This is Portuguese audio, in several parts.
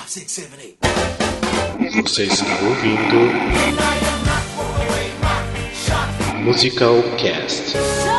6, 7, 8. Você está ouvindo Musical Cast.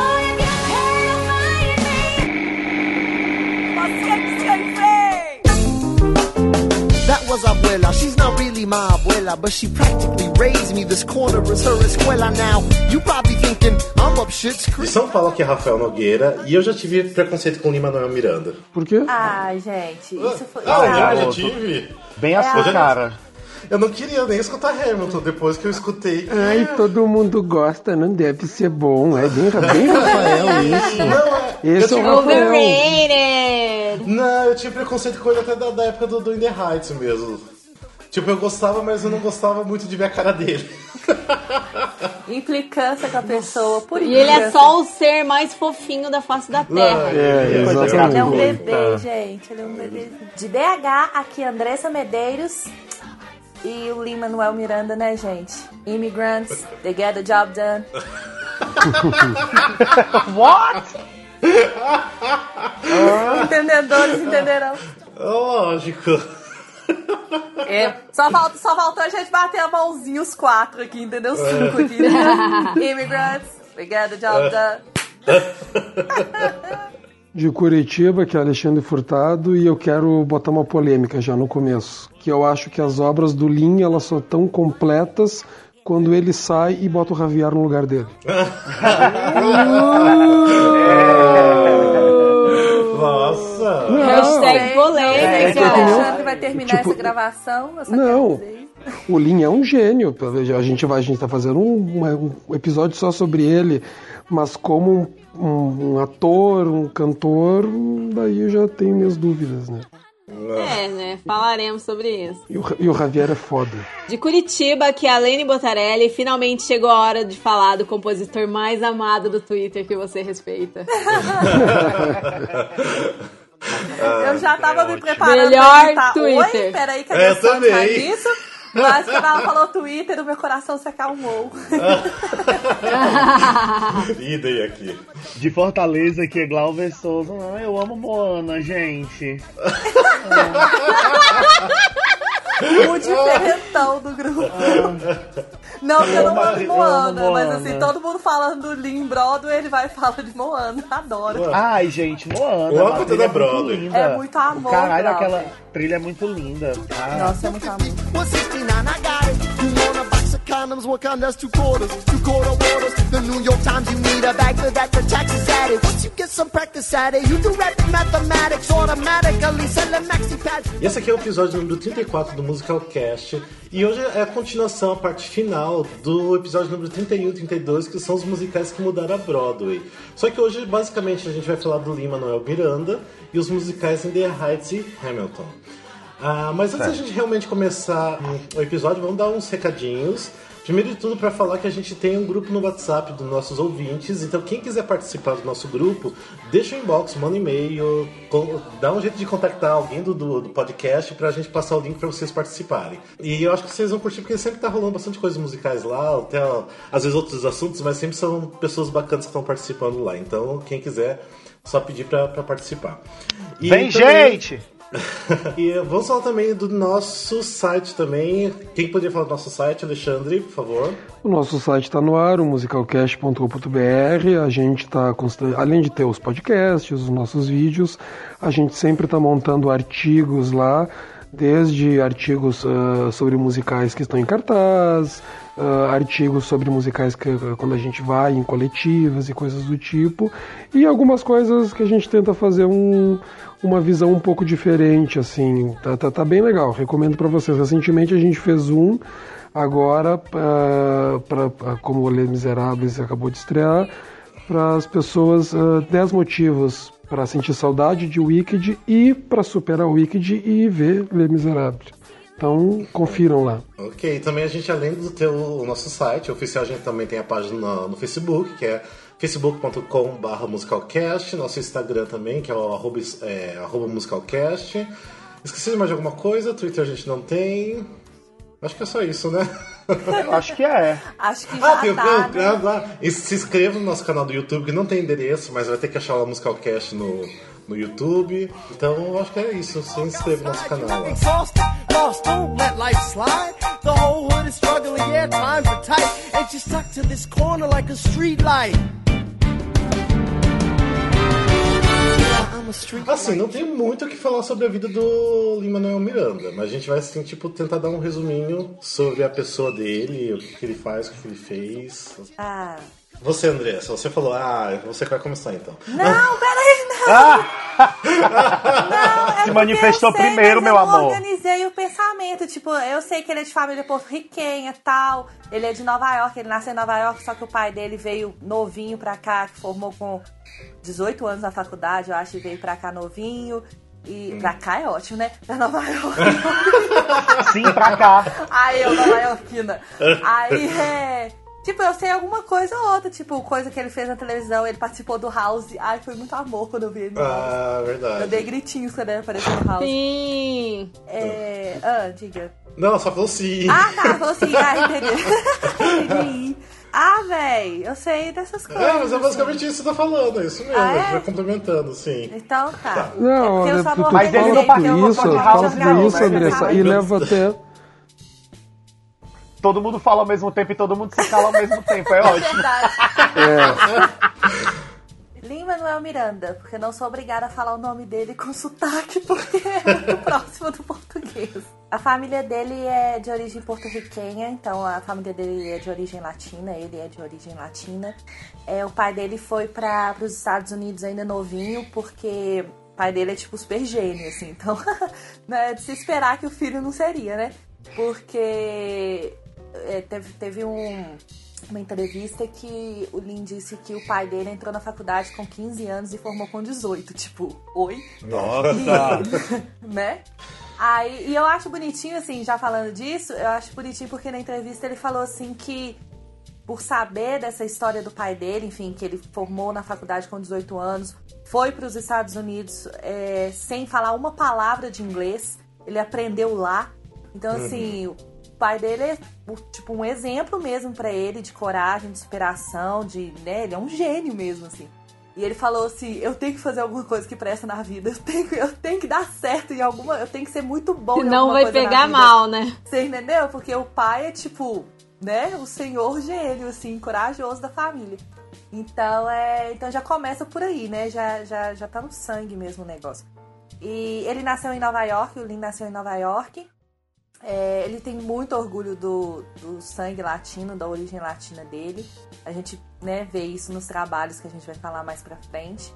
That was abuela. She's not really my abuela, but she practically raised me. This corner is her escuela now. You probably thinking I'm up shit's creek. De São Paulo, que é Rafael Nogueira, e eu já tive preconceito com Lin-Manuel Miranda. Por quê? Ai, gente, isso foi... Já tive? Bem a sua cara. Eu não queria nem escutar Hamilton, depois que eu escutei. Ai, todo mundo gosta, não deve ser bom. É bem Rafael isso. Não, Esse é o Rafael. Overrated! Não, eu tinha preconceito com ele até da época do In The Heights mesmo. Tipo, eu gostava, mas eu não gostava muito de ver a cara dele. Implicância com a pessoa, por E ele é só o ser mais fofinho da face da Terra. Exatamente. Ele é um bebê, gente. Ele é um bebê. De BH, aqui Andressa Medeiros e o Lin-Manuel Miranda, né, gente? Immigrants, they get the job done. What? Entendedores entenderão. Lógico. É, só faltou a gente bater a mãozinha os 4 aqui, entendeu? 5 aqui. Né? Immigrants, they get the job done. De Curitiba, que é Alexandre Furtado, e eu quero botar uma polêmica já no começo, que eu acho que as obras do Lin, elas só estão completas quando ele sai e bota o Javier no lugar dele. Nossa! Hashtag polêmica. O Alexandre vai terminar essa gravação. Eu só Não. quero dizer. O Lin é um gênio. A gente tá fazendo um episódio só sobre ele, mas como um ator, um cantor, daí eu já tenho minhas dúvidas, né? É, né? Falaremos sobre isso. E o Javier é foda. De Curitiba, que é a Lene Botarelli, finalmente chegou a hora de falar do compositor mais amado do Twitter que você respeita. Eu já tava me preparando Melhor pra gritar, Twitter. oi, peraí que a minha também. faz isso. Mas quando ela falou Twitter, o meu coração se acalmou. Idem aqui. De Fortaleza, que é Glauber Souza. Ah, eu amo Moana, gente. O diferentão do grupo. Não, eu não amo Moana, mas assim, todo mundo falando do Lin Broadway, ele vai falar de Moana. Adoro. Ai, gente, Moana. Moana uma tá trilha da Broadway. muito linda. É muito amor, Caralho, Glauber. aquela trilha é muito linda. Ah. Nossa, é muito amor. 169, I got it. You want a box of condoms, Wakanda's 2 quarters. 2 quarter waters. The New York Times, you need a bag for that, the taxes added. Once you get some practice at it, you do rapid mathematics automatically. Selling maxi pads. E esse aqui é o episódio número 34 do Musical Cast. E hoje é a continuação, a parte final do episódio número 31 e 32, que são os musicais que mudaram a Broadway. Só que hoje, basicamente, a gente vai falar do Lin-Manuel Miranda e os musicais In The Heights e Hamilton. Mas antes da gente realmente começar o episódio, vamos dar uns recadinhos. Primeiro de tudo, para falar que a gente tem um grupo no WhatsApp dos nossos ouvintes. Então, quem quiser participar do nosso grupo, deixa o inbox, manda um e-mail, dá um jeito de contactar alguém do podcast pra gente passar o link pra vocês participarem. E eu acho que vocês vão curtir, porque sempre tá rolando bastante coisas musicais lá, até às vezes outros assuntos, mas sempre são pessoas bacanas que estão participando lá. Então, quem quiser, só pedir pra participar. E Vem, também, gente! E vamos falar também do nosso site também. Quem poderia falar do nosso site, Alexandre, por favor? O nosso site está no ar, o musicalcast.com.br. A gente está, além de ter os podcasts, os nossos vídeos, a gente sempre está montando artigos lá, desde artigos sobre musicais que estão em cartaz, artigos sobre musicais que quando a gente vai em coletivas e coisas do tipo, e algumas coisas que a gente tenta fazer uma visão um pouco diferente, assim. Tá bem legal, recomendo para vocês. Recentemente a gente fez agora, como o Les Miserables acabou de estrear, para as pessoas 10 motivos para sentir saudade de Wicked e para superar o Wicked e ver Les Miserables. Então, confiram lá. Ok, também a gente, além de ter o nosso site oficial, a gente também tem a página no Facebook, que é facebook.com/musicalcast, nosso Instagram também, que é o arroba musicalcast. Esqueci de mais alguma coisa? Twitter a gente não tem. Acho que é só isso, né? Acho que é. Acho que já tem tá, né? E se inscreva no nosso canal do YouTube, que não tem endereço, mas vai ter que achar lá o Musicalcast no no YouTube. Então eu acho que é isso. Se inscreva no nosso canal lá. Lost, don't let life slide. The whole hood is struggling, yeah, times are tight. And she's stuck to this corner like a street light. Assim, não tem muito o que falar sobre a vida do Lin-Manuel Miranda, mas a gente vai, assim, tipo, tentar dar um resuminho sobre a pessoa dele, o que ele faz, o que ele fez. Você, Andressa, você falou, você vai começar então. Não, peraí, não. Não, se manifestou primeiro, meu amor. Eu organizei o pensamento, tipo, eu sei que ele é de família porto-riquenha e tal, ele é de Nova York, ele nasceu em Nova York, só que o pai dele veio novinho pra cá, que formou com 18 anos na faculdade, eu acho, e veio pra cá novinho. E pra cá é ótimo, né? Pra Nova York. Sim, pra cá. Aí, eu, Nova Yorkina. Aí, tipo, eu sei alguma coisa ou outra, tipo, coisa que ele fez na televisão, ele participou do House. Ai, foi muito amor quando eu vi ele no House. Verdade. Eu dei gritinhos quando ele apareceu no House. Sim. Diga. Não, só falou sim. Tá, falou sim. Entendi. Véi, eu sei dessas coisas. Mas é basicamente isso que você tá falando, é isso mesmo, a gente vai complementando, sim. Então tá. Não, eu só não mas ele não fala tudo isso, Andressa, e leva até... Todo mundo fala ao mesmo tempo e todo mundo se cala ao mesmo tempo, é ótimo. Verdade. Lin-Manuel Miranda, porque não sou obrigada a falar o nome dele com sotaque, porque é muito próximo do português. A família dele é de origem porto-riquenha, então a família dele é de origem latina, ele é de origem latina. O pai dele foi para os Estados Unidos ainda novinho, porque o pai dele é tipo super gênio, assim, então né, de se esperar que o filho não seria, né? Porque teve uma entrevista que o Lin disse que o pai dele entrou na faculdade com 15 anos e formou com 18. Tipo, oi? Nossa! Né? E eu acho bonitinho, assim, já falando disso, eu acho bonitinho porque na entrevista ele falou assim que por saber dessa história do pai dele, enfim, que ele formou na faculdade com 18 anos, foi para os Estados Unidos sem falar uma palavra de inglês, ele aprendeu lá. Então, assim, o pai dele é tipo um exemplo mesmo pra ele de coragem, de superação, né? Ele é um gênio mesmo, assim. E ele falou assim, eu tenho que fazer alguma coisa que presta na vida, eu tenho que dar certo em alguma, eu tenho que ser muito bom em alguma coisa. Senão vai pegar mal, né? Você entendeu? Porque o pai é tipo, né, o senhor gênio, assim, corajoso da família. Então, então já começa por aí, né? Já tá no sangue mesmo o negócio. E ele nasceu em Nova York, o Lin nasceu em Nova York. Ele tem muito orgulho do sangue latino, da origem latina dele. A gente, né, vê isso nos trabalhos que a gente vai falar mais pra frente.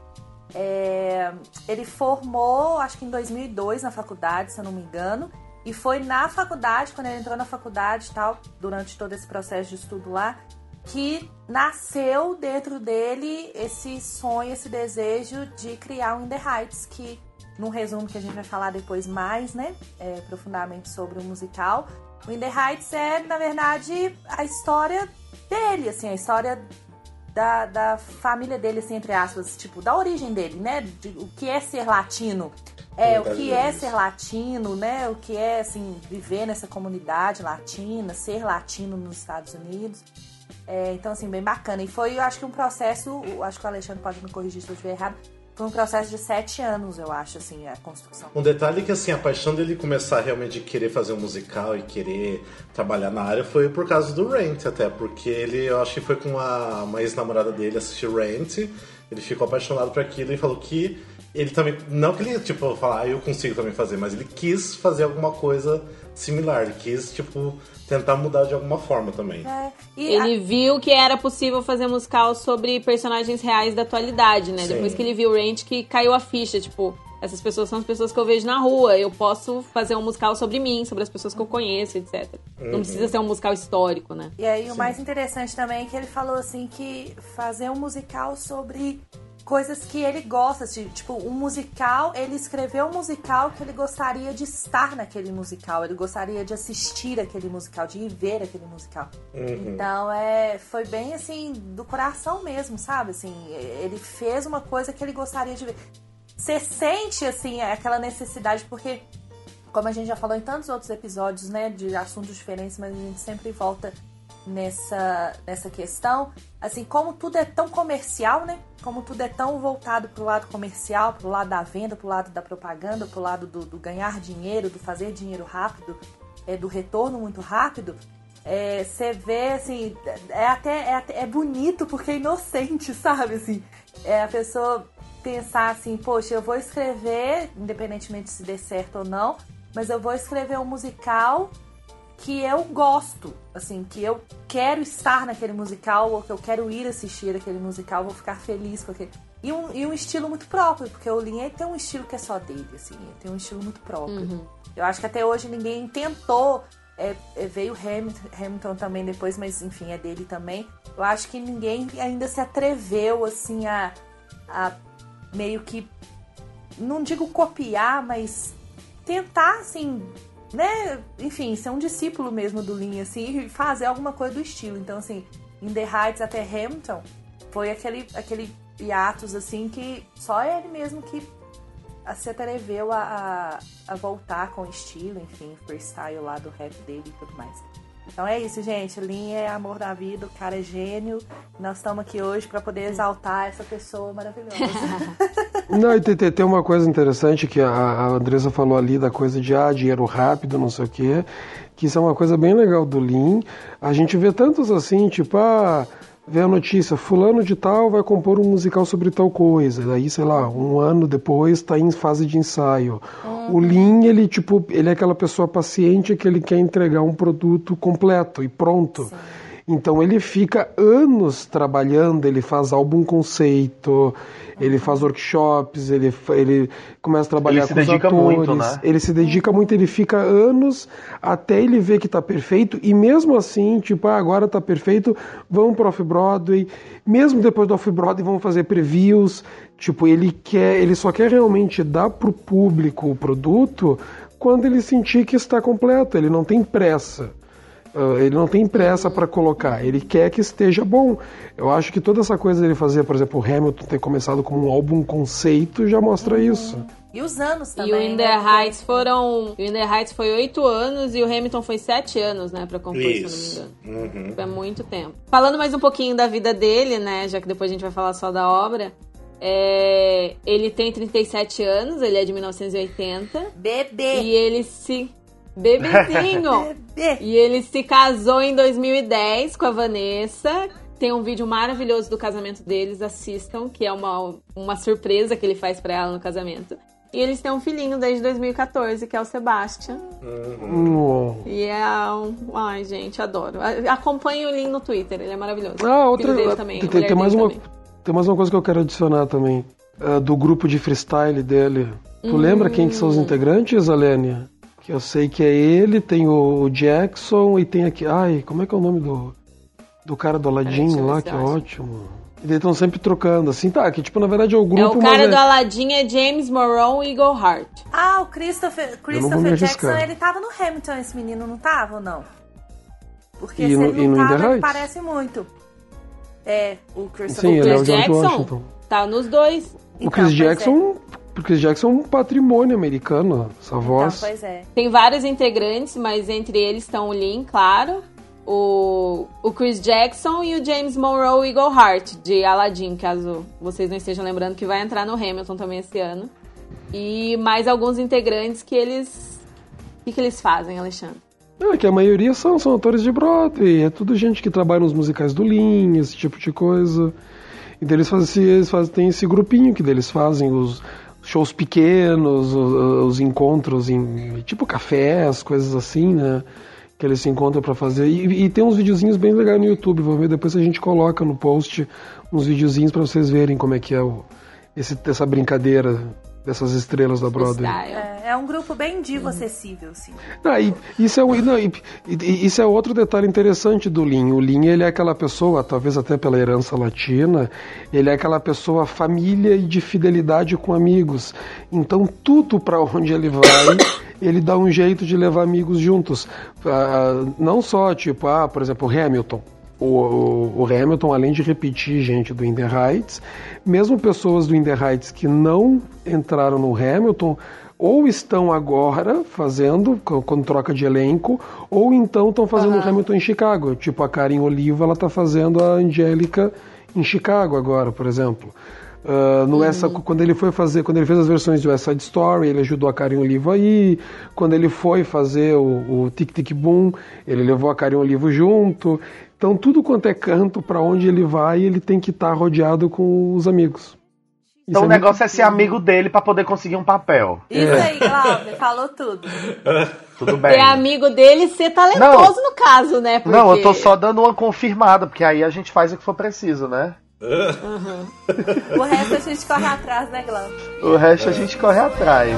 Ele formou, acho que em 2002 na faculdade, se eu não me engano. E foi na faculdade, quando ele entrou na faculdade e tal, durante todo esse processo de estudo lá, que nasceu dentro dele esse sonho, esse desejo de criar o In The Heights, que num resumo que a gente vai falar depois mais, né, profundamente sobre o musical. O In The Heights é, na verdade, a história dele, assim, a história da família dele, assim, entre aspas, tipo, da origem dele, né, o que é ser latino. O que é ser latino, né, o que é, assim, viver nessa comunidade latina, ser latino nos Estados Unidos. Então, assim, bem bacana. E foi, eu acho que um processo, acho que o Alexandre pode me corrigir se eu estiver errado, foi um processo de 7 anos, eu acho, assim, a construção. Um detalhe que, assim, a paixão dele começar realmente de querer fazer um musical e querer trabalhar na área foi por causa do Rent, até, porque ele, eu acho que foi com uma ex-namorada dele assistir Rent, ele ficou apaixonado por aquilo e falou que ele também, não que ele, tipo, falar, eu consigo também fazer, mas ele quis fazer alguma coisa similar, ele quis, tipo, tentar mudar de alguma forma também. Ele viu que era possível fazer musical sobre personagens reais da atualidade, né? Sim. Depois que ele viu o Rent, que caiu a ficha, tipo, essas pessoas são as pessoas que eu vejo na rua, eu posso fazer um musical sobre mim, sobre as pessoas que eu conheço, etc. Não precisa ser um musical histórico, né? E aí o mais interessante também é que ele falou, assim, que fazer um musical sobre coisas que ele gosta, tipo, um musical, ele escreveu um musical que ele gostaria de estar naquele musical, ele gostaria de assistir aquele musical, de ir ver aquele musical. Então, foi bem, assim, do coração mesmo, sabe? Assim, ele fez uma coisa que ele gostaria de ver. Você sente, assim, aquela necessidade, porque, como a gente já falou em tantos outros episódios, né, de assuntos diferentes, mas a gente sempre volta nessa questão, assim, como tudo é tão comercial, né? Como tudo é tão voltado pro lado comercial, pro lado da venda, pro lado da propaganda, pro lado do ganhar dinheiro, do fazer dinheiro rápido, do retorno muito rápido, você vê, assim, é bonito porque é inocente, sabe? Assim, a pessoa pensar assim, poxa, eu vou escrever, independentemente se dê certo ou não, mas eu vou escrever um musical que eu gosto, assim, que eu quero estar naquele musical ou que eu quero ir assistir aquele musical, vou ficar feliz com aquele... E um estilo muito próprio, porque o Lin tem um estilo que é só dele, assim, ele tem um estilo muito próprio. Uhum. Eu acho que até hoje ninguém tentou, veio Hamilton também depois, mas enfim, é dele também. Eu acho que ninguém ainda se atreveu, assim, a meio que, não digo copiar, mas tentar, assim... né, enfim, ser um discípulo mesmo do Lin, assim, e fazer alguma coisa do estilo. Então, assim, In The Heights até Hamilton foi aquele hiatus, assim, que só ele mesmo que se atreveu a voltar com o estilo, enfim, freestyle lá do rap dele e tudo mais. Então é isso, gente. Lin é amor da vida, o cara é gênio. Nós estamos aqui hoje para poder exaltar essa pessoa maravilhosa. Não, e tem uma coisa interessante que a Andressa falou ali da coisa de dinheiro rápido, não sei o quê, que isso é uma coisa bem legal do Lin. A gente vê tantos assim, tipo, vê a notícia, fulano de tal vai compor um musical sobre tal coisa, daí, sei lá, um ano depois está em fase de ensaio. O Lin, ele é aquela pessoa paciente que ele quer entregar um produto completo e pronto. Sim. Então ele fica anos trabalhando, ele faz álbum conceito, ele faz workshops, ele começa a trabalhar com os atores. Muito, né? Ele se dedica muito, ele fica anos até ele ver que tá perfeito, e mesmo assim, agora tá perfeito, vamos pro Off-Broadway, mesmo depois do Off-Broadway vamos fazer previews, ele só quer realmente dar pro público o produto quando ele sentir que está completo, ele não tem pressa. Ele não tem pressa para colocar, ele quer que esteja bom. Eu acho que toda essa coisa dele fazer, por exemplo, o Hamilton ter começado como um álbum conceito já mostra isso. E os anos também. E o In The Heights o In The Heights foi 8 anos e o Hamilton foi 7 anos, né, pra compor, se eu não me engano. Uhum. É muito tempo. Falando mais um pouquinho da vida dele, né, já que depois a gente vai falar só da obra, ele tem 37 anos, ele é de 1980. Bebê! E ele Bebezinho! E ele se casou em 2010 com a Vanessa. Tem um vídeo maravilhoso do casamento deles, assistam, que é uma surpresa que ele faz pra ela no casamento. E eles têm um filhinho desde 2014, que é o Sebastian. E ai, gente, adoro. Acompanhe o Lin no Twitter, ele é maravilhoso. Também, tem mais uma coisa que eu quero adicionar também. Do grupo de freestyle dele. Tu lembra quem que são os integrantes, Alênia? Que eu sei que é ele, tem o Jackson e tem aqui... como é que é o nome do cara do Aladdin lá, que é ótimo. E eles estão sempre trocando, assim, que na verdade é o grupo... o cara do Aladdin é James Morrow e Eagle Hart. O Christopher Jackson, ele tava no Hamilton, esse menino, não tava ou não? Porque se ele não tava, ele parece muito. O Christopher Jackson tá nos dois. O Chris Jackson... Porque o Jackson é um patrimônio americano, essa voz. Pois é. Tem vários integrantes, mas entre eles estão o Lin, claro, o Chris Jackson e o James Monroe Eagle Hart, de Aladdin, caso vocês não estejam lembrando, que vai entrar no Hamilton também esse ano. E mais alguns integrantes que eles... O que eles fazem, Alexandre? Que a maioria são atores de Broadway, é tudo gente que trabalha nos musicais do Lin, esse tipo de coisa. E daí tem esse grupinho que eles fazem os shows pequenos, os encontros em tipo cafés, coisas assim, né? Que eles se encontram pra fazer. E tem uns videozinhos bem legais no YouTube, vou ver, depois a gente coloca no post uns videozinhos pra vocês verem como é que é essa brincadeira dessas estrelas da Broadway. É um grupo bem divo acessível, sim. Isso é outro detalhe interessante do Lin. O Lin, ele é aquela pessoa, talvez até pela herança latina, ele é aquela pessoa família e de fidelidade com amigos. Então, tudo para onde ele vai, ele dá um jeito de levar amigos juntos. Não só, por exemplo, o Hamilton. O Hamilton, além de repetir gente do In The Heights, mesmo pessoas do In The Heights que não entraram no Hamilton ou estão agora fazendo, quando troca de elenco, ou então estão fazendo Hamilton em Chicago. Tipo, a Karen Oliva, ela tá fazendo a Angélica em Chicago agora, por exemplo. Quando ele fez as versões de West Side Story, ele ajudou a Karen Oliva aí. Quando ele foi fazer o Tic Tic Boom, ele levou a Karen Oliva junto. Então tudo quanto é canto, para onde ele vai, ele tem que estar rodeado com os amigos. Então o negócio é ser amigo dele pra poder conseguir um papel. Isso aí, Glauber, falou tudo. Tudo bem. Ser amigo dele e ser talentoso no caso, né? Porque... Não, eu tô só dando uma confirmada, porque aí a gente faz o que for preciso, né? O resto a gente corre atrás, né, Glauber? O resto a gente corre atrás.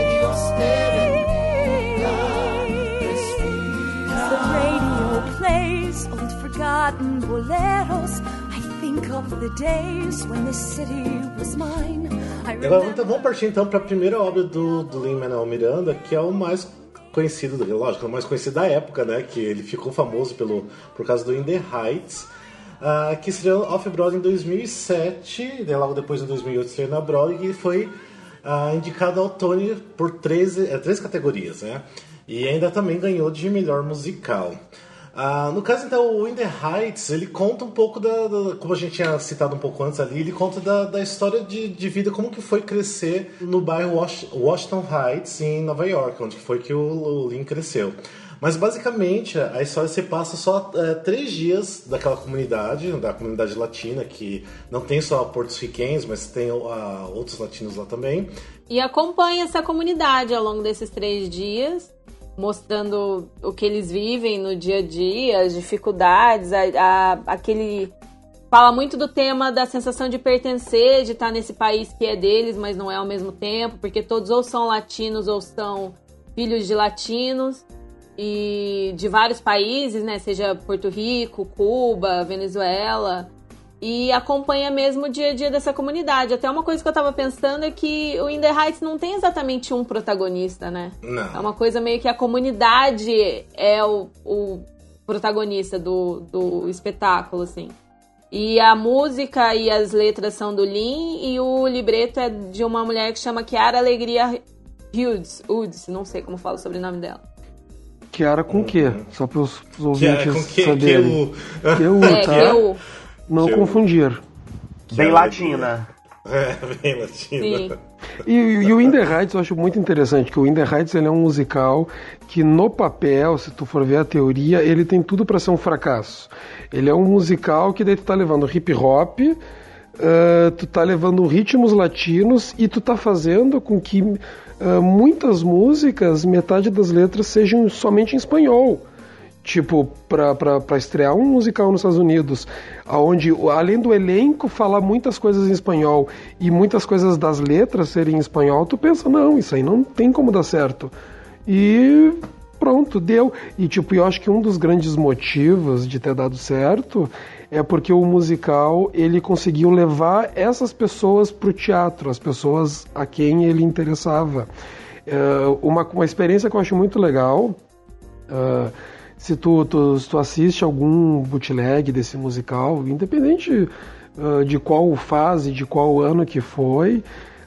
The radio plays old forgotten boleros. I think of the days when the city was mine. Agora vamos partir então para a primeira obra do Lin-Manuel Miranda, que é o mais conhecido, lógico, o mais conhecido da época, né? Que ele ficou famoso por causa do In the Heights, que estreou Off-Broadway em 2007, e logo depois em 2008 estreou na Broadway, e foi indicado ao Tony por 13 categorias, né? E ainda também ganhou de melhor musical. No caso, então, o In the Heights, ele conta um pouco como a gente tinha citado um pouco antes ali, ele conta da história de vida, como que foi crescer no bairro Washington Heights, em Nova York, onde foi que o Lin cresceu. Mas, basicamente, a história se passa só 3 dias daquela comunidade, da comunidade latina, que não tem só porto-riquenhos, mas tem outros latinos lá também. E acompanha essa comunidade ao longo desses 3 dias, mostrando o que eles vivem no dia a dia, as dificuldades, aquele... Fala muito do tema da sensação de pertencer, de estar nesse país que é deles, mas não é ao mesmo tempo, porque todos ou são latinos ou são filhos de latinos, e de vários países, né? Seja Porto Rico, Cuba, Venezuela, e acompanha mesmo o dia a dia dessa comunidade. Até uma coisa que eu tava pensando é que o In the Heights não tem exatamente um protagonista, né? Não. É uma coisa meio que a comunidade é o protagonista do espetáculo, assim. E a música e as letras são do Lin, e o libreto é de uma mulher que chama Chiara Alegria Hughes, não sei como fala o sobrenome dela. Chiara com quê? Só para os ouvintes saberem. Que tá? Não confundir. Bem latina. Bem latina. Sim. E o In the Heights eu acho muito interessante, que o In the Heights ele é um musical que no papel, se tu for ver a teoria, ele tem tudo para ser um fracasso. Ele é um musical que daí tu tá levando hip hop, tu tá levando ritmos latinos e tu tá fazendo com que muitas músicas, metade das letras sejam somente em espanhol. Tipo, pra estrear um musical nos Estados Unidos, onde, além do elenco falar muitas coisas em espanhol e muitas coisas das letras serem em espanhol, tu pensa, não, isso aí não tem como dar certo. E pronto, deu. E tipo, eu acho que um dos grandes motivos de ter dado certo é porque o musical, ele conseguiu levar essas pessoas pro teatro, as pessoas a quem ele interessava. Uma experiência que eu acho muito legal... Se tu assiste algum bootleg desse musical, independente de qual fase, de qual ano que foi,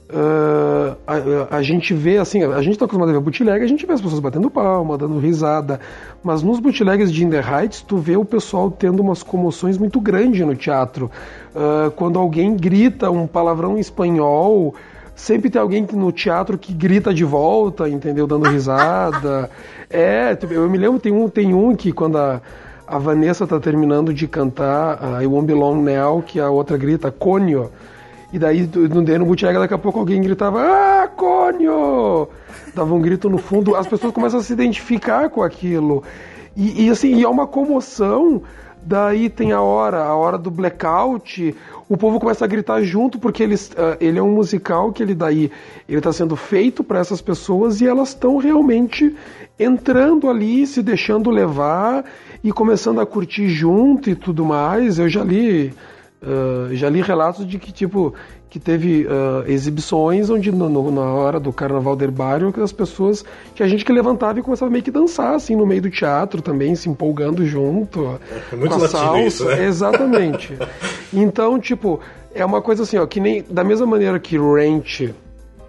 a gente vê, assim, a gente tá acostumado a ver bootleg, a gente vê as pessoas batendo palma, dando risada, mas nos bootlegs de In the Heights, tu vê o pessoal tendo umas comoções muito grandes no teatro. Quando alguém grita um palavrão em espanhol... Sempre tem alguém no teatro que grita de volta, entendeu? Dando risada. Eu me lembro, tem um que quando a Vanessa tá terminando de cantar I Won't Be Long Now, que a outra grita, Conio. E daí no bootleg daqui a pouco alguém gritava, Conio! Dava um grito no fundo, as pessoas começam a se identificar com aquilo. E assim, é uma comoção. Daí tem a hora do blackout, o povo começa a gritar junto, porque ele é um musical que ele está sendo feito para essas pessoas e elas estão realmente entrando ali, se deixando levar e começando a curtir junto e tudo mais. Eu já li relatos de que, tipo, que teve exibições onde na hora do Carnaval do Herbário, que as pessoas, que a gente que levantava e começava meio que dançar assim no meio do teatro também, se empolgando junto. É muito com a salsa. Isso, né? Exatamente. Então, tipo, é uma coisa assim, ó, que nem da mesma maneira que Ranch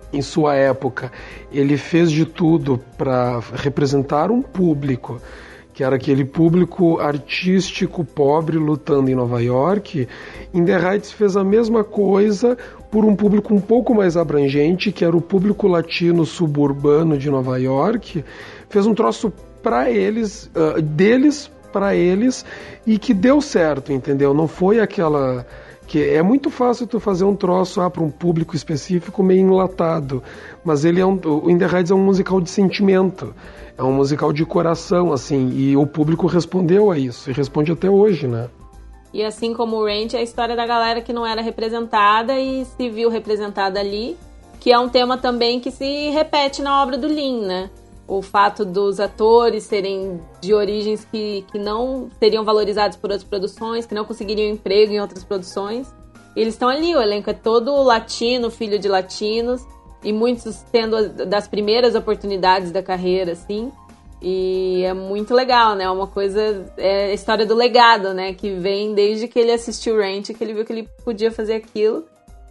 em sua época, ele fez de tudo para representar um público, que era aquele público artístico pobre lutando em Nova York. In the Heights fez a mesma coisa por um público um pouco mais abrangente, que era o público latino suburbano de Nova York. Fez um troço para eles, deles para eles, e que deu certo, entendeu? Não foi aquela... que é muito fácil tu fazer um troço para um público específico meio enlatado, mas ele o In the Heights é um musical de sentimento, é um musical de coração, assim, e o público respondeu a isso, e responde até hoje, né? E assim como o Ranch, é a história da galera que não era representada e se viu representada ali, que é um tema também que se repete na obra do Lin, né? O fato dos atores serem de origens que não seriam valorizados por outras produções, que não conseguiriam emprego em outras produções. E eles estão ali, o elenco é todo latino, filho de latinos, e muitos tendo das primeiras oportunidades da carreira, assim. E é muito legal, né? Uma coisa, é a história do legado, né? Que vem desde que ele assistiu Ranch, que ele viu que ele podia fazer aquilo.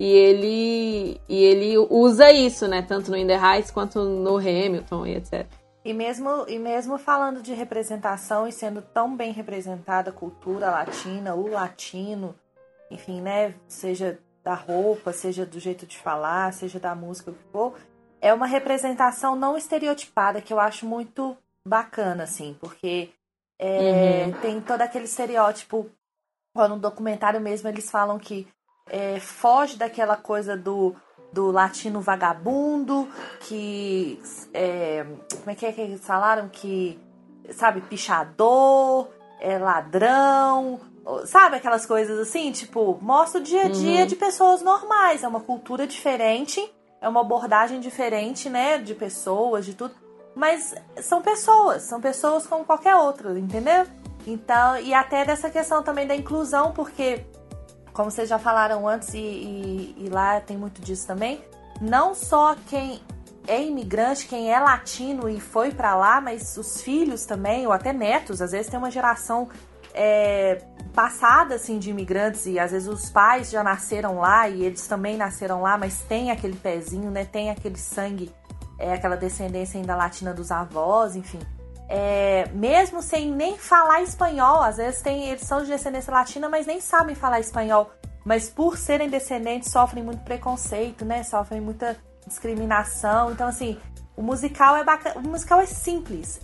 E ele usa isso, né? Tanto no In the Heights quanto no Hamilton e etc. E mesmo falando de representação e sendo tão bem representada a cultura latina, o latino, enfim, né? Seja da roupa, seja do jeito de falar, seja da música, o que for, é uma representação não estereotipada, que eu acho muito bacana, assim, porque tem todo aquele estereótipo. No documentário mesmo eles falam que foge daquela coisa do latino vagabundo, que como é que eles falaram? Que, sabe, pichador, ladrão, sabe, aquelas coisas assim, tipo, mostra o dia a dia de pessoas normais, é uma cultura diferente, é uma abordagem diferente, né, de pessoas, de tudo, mas são pessoas como qualquer outra, entendeu? Então, e até dessa questão também da inclusão, porque como vocês já falaram antes, e lá tem muito disso também, não só quem é imigrante, quem é latino e foi pra lá, mas os filhos também, ou até netos, às vezes tem uma geração passada, assim, de imigrantes, e às vezes os pais já nasceram lá, e eles também nasceram lá, mas tem aquele pezinho, né, tem aquele sangue, aquela descendência ainda latina dos avós, enfim. Mesmo sem nem falar espanhol, às vezes eles são de descendência latina, mas nem sabem falar espanhol, mas por serem descendentes sofrem muito preconceito, né? Sofrem muita discriminação. Então, assim, o musical é bacana, o musical é simples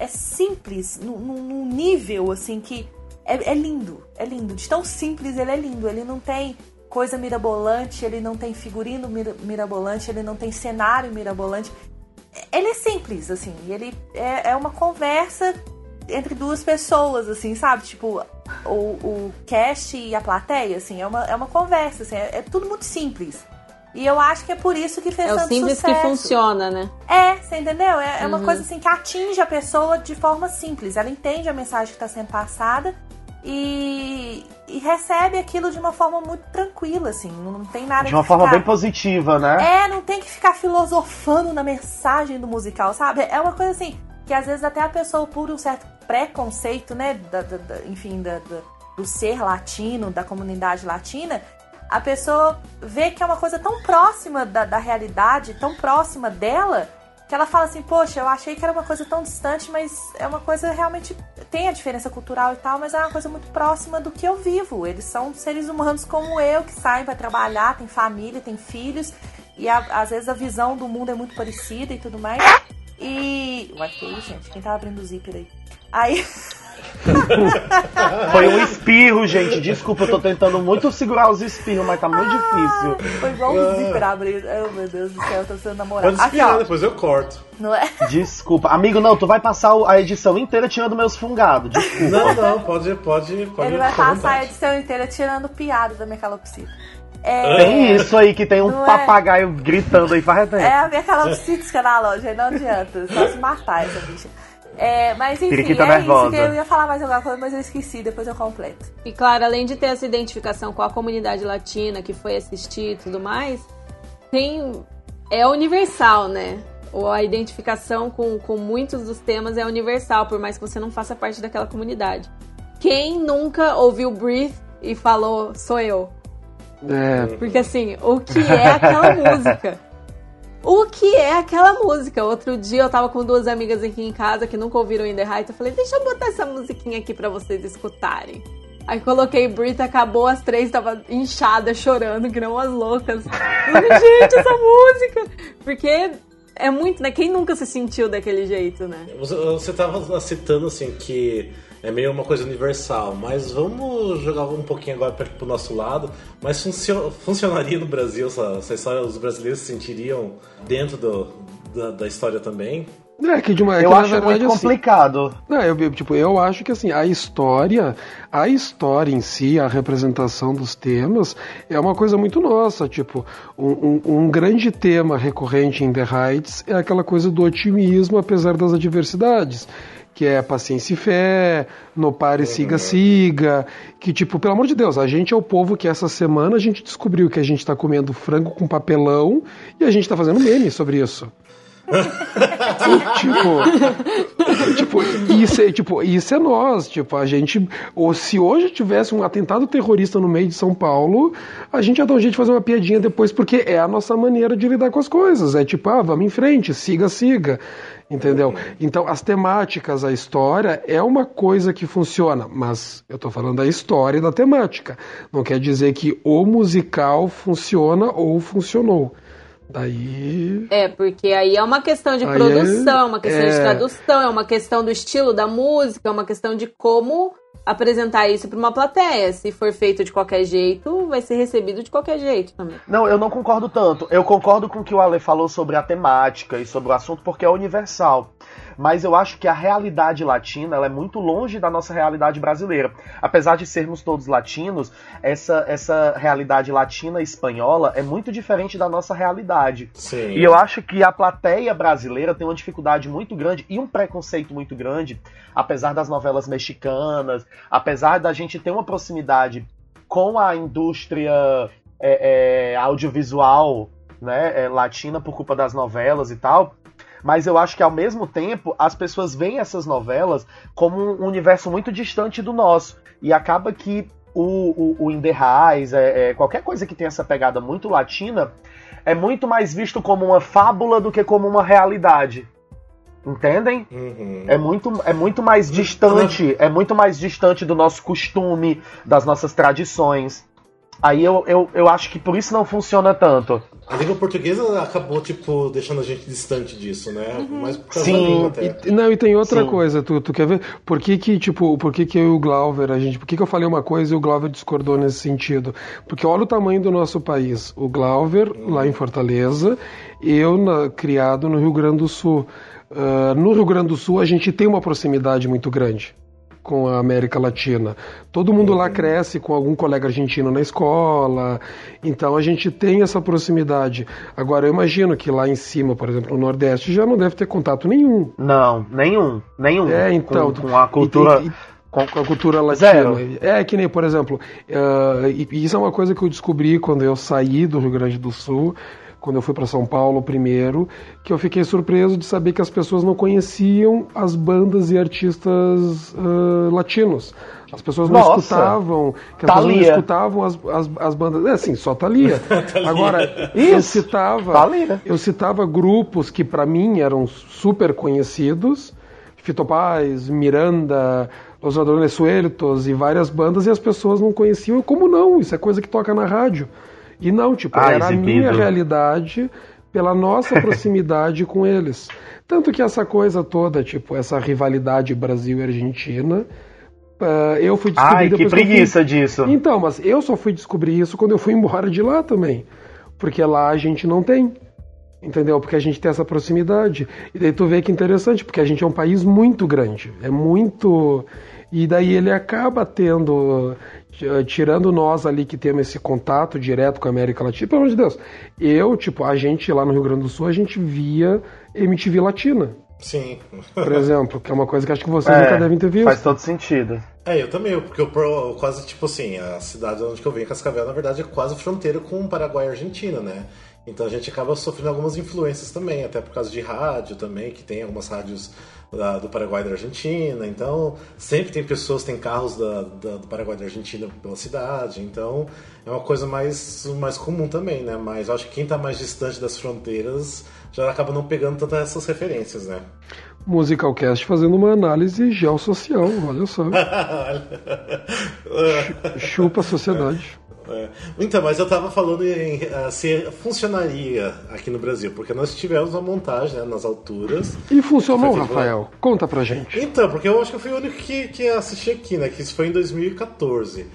num nível, assim, que é lindo, de tão simples ele é lindo, ele não tem coisa mirabolante, ele não tem figurino mirabolante, ele não tem cenário mirabolante. Ele é simples, assim, ele é uma conversa entre duas pessoas, assim, sabe? Tipo, o cast e a plateia, assim, é uma conversa, assim, é tudo muito simples. E eu acho que é por isso que fez tanto sucesso. É o simples que funciona, né? Você entendeu? É uma coisa, assim, que atinge a pessoa de forma simples. Ela entende a mensagem que está sendo passada e recebe aquilo de uma forma muito tranquila, assim, não tem nada de uma forma bem positiva, né? Não tem que ficar filosofando na mensagem do musical, sabe? É uma coisa assim, que às vezes até a pessoa, por um certo preconceito, né, do ser latino, da comunidade latina, a pessoa vê que é uma coisa tão próxima da realidade, tão próxima dela, que ela fala assim, poxa, eu achei que era uma coisa tão distante, mas é uma coisa realmente, tem a diferença cultural e tal, mas é uma coisa muito próxima do que eu vivo. Eles são seres humanos como eu, que saem para trabalhar, tem família, tem filhos, e às vezes a visão do mundo é muito parecida e tudo mais. E... Ué, que isso, gente? Quem tá abrindo o zíper aí? Aí... Foi um espirro, gente. Desculpa, eu tô tentando muito segurar os espirros, mas tá muito difícil. Foi igual um zíper abrir. Oh, meu Deus do céu, eu tô sendo namorado. Pode espirrar, depois eu corto. Não é? Desculpa. Amigo, não, tu vai passar a edição inteira tirando meus fungados. Desculpa. Não, pode. Ele vai passar a edição inteira tirando piada da minha calopsita. Tem isso aí, que tem um papagaio gritando aí, faz tempo. É a minha calopsita na loja, não adianta. Só se matar essa bicha. Mas enfim, nervosa. Isso que eu ia falar mais alguma coisa, mas eu esqueci, depois eu completo. E claro, além de ter essa identificação com a comunidade latina que foi assistir e tudo mais, é universal, né? Ou a identificação com muitos dos temas é universal, por mais que você não faça parte daquela comunidade. Quem nunca ouviu Breathe e falou, sou eu? Porque assim, o que é aquela música? o que é aquela música. Outro dia eu tava com 2 amigas aqui em casa que nunca ouviram In The Heights. Eu falei, deixa eu botar essa musiquinha aqui pra vocês escutarem. Aí coloquei Brit, acabou, as 3 tava inchadas, chorando, que não umas loucas. Gente, essa música! Porque é muito, né? Quem nunca se sentiu daquele jeito, né? Você tava citando, assim, que é meio uma coisa universal, mas vamos jogar um pouquinho agora pro nosso lado. Mas funcionaria no Brasil essa história? Os brasileiros se sentiriam dentro da história também? Eu acho muito complicado. Eu acho que assim, a história em si, a representação dos temas, é uma coisa muito nossa. Tipo, um grande tema recorrente em The Heights é aquela coisa do otimismo apesar das adversidades. Que é paciência e fé, no pare, siga, que tipo, pelo amor de Deus, a gente é o povo que essa semana a gente descobriu que a gente tá comendo frango com papelão e a gente tá fazendo meme sobre isso. Isso é nós, tipo, a gente, ou se hoje tivesse um atentado terrorista no meio de São Paulo, a gente ia dar um jeito de fazer uma piadinha depois, porque é a nossa maneira de lidar com as coisas, é tipo, vamos em frente, siga, entendeu? Então, as temáticas, a história é uma coisa que funciona, mas eu tô falando da história e da temática, não quer dizer que o musical funciona ou funcionou. Daí... porque aí é uma questão de produção, é uma questão de tradução, é uma questão do estilo da música, é uma questão de como apresentar isso para uma plateia. Se for feito de qualquer jeito, vai ser recebido de qualquer jeito também. Não, eu não concordo tanto. Eu concordo com o que o Ale falou sobre a temática e sobre o assunto, porque é universal. Mas eu acho que a realidade latina ela é muito longe da nossa realidade brasileira. Apesar de sermos todos latinos, essa realidade latina e espanhola é muito diferente da nossa realidade. Sim. E eu acho que a plateia brasileira tem uma dificuldade muito grande e um preconceito muito grande, apesar das novelas mexicanas, apesar da gente ter uma proximidade com a indústria audiovisual, né, latina por culpa das novelas e tal. Mas eu acho que, ao mesmo tempo, as pessoas veem essas novelas como um universo muito distante do nosso. E acaba que o In The Heights, qualquer coisa que tenha essa pegada muito latina, é muito mais visto como uma fábula do que como uma realidade. Entendem? Uhum. É muito mais distante, é muito mais distante do nosso costume, das nossas tradições. Aí eu acho que por isso não funciona tanto. A língua portuguesa acabou, tipo, deixando a gente distante disso, né? Mas por causa da Sim. língua até. E tem outra Sim. coisa, tu quer ver? Por que eu e o Glauber, por que eu falei uma coisa e o Glauber discordou nesse sentido? Porque olha o tamanho do nosso país. O Glauber, lá em Fortaleza, eu criado no Rio Grande do Sul. No Rio Grande do Sul a gente tem uma proximidade muito grande com a América Latina. Todo mundo lá cresce com algum colega argentino na escola, então a gente tem essa proximidade. Agora, eu imagino que lá em cima, por exemplo, no Nordeste, já não deve ter contato nenhum. Não, nenhum. Então, com a cultura... Com a cultura latina. Zero. Que nem, por exemplo, isso é uma coisa que eu descobri quando eu saí do Rio Grande do Sul, quando eu fui para São Paulo primeiro, que eu fiquei surpreso de saber que as pessoas não conheciam as bandas e artistas latinos. As pessoas não escutavam, que as pessoas não escutavam as bandas. Sim, só Thalia. Agora, eu citava grupos que para mim eram super conhecidos, Fito Páez, Miranda, Los Ladrones Sueltos e várias bandas, e as pessoas não conheciam. Como não? Isso é coisa que toca na rádio. E não, era a minha realidade pela nossa proximidade com eles. Tanto que essa coisa toda, essa rivalidade Brasil e Argentina, eu fui descobrir... Ai, que preguiça disso. Então, mas eu só fui descobrir isso quando eu fui embora de lá também. Porque lá a gente não tem. Entendeu? Porque a gente tem essa proximidade. E daí tu vê que interessante, porque a gente é um país muito grande. É muito... E daí ele acaba tirando nós ali que temos esse contato direto com a América Latina. Pelo amor de Deus. A gente lá no Rio Grande do Sul, a gente via MTV Latina. Sim. Por exemplo, que é uma coisa que acho que vocês nunca devem ter visto. Faz todo sentido. Eu também, porque eu quase, a cidade onde eu venho, Cascavel, na verdade, é quase fronteira com o Paraguai e a Argentina, né? Então a gente acaba sofrendo algumas influências também, até por causa de rádio também, que tem algumas rádios do Paraguai e da Argentina, então sempre tem carros do Paraguai e da Argentina pela cidade, então é uma coisa mais comum também, né? Mas eu acho que quem está mais distante das fronteiras já acaba não pegando tantas essas referências, né? Musicalcast fazendo uma análise geossocial, olha só. Chupa a sociedade. Então, mas eu tava falando em se funcionaria aqui no Brasil, porque nós tivemos uma montagem, né, nas alturas. E funcionou, Rafael? Conta pra gente. Então, porque eu acho que eu fui o único que assisti aqui, né? Que isso foi em 2014.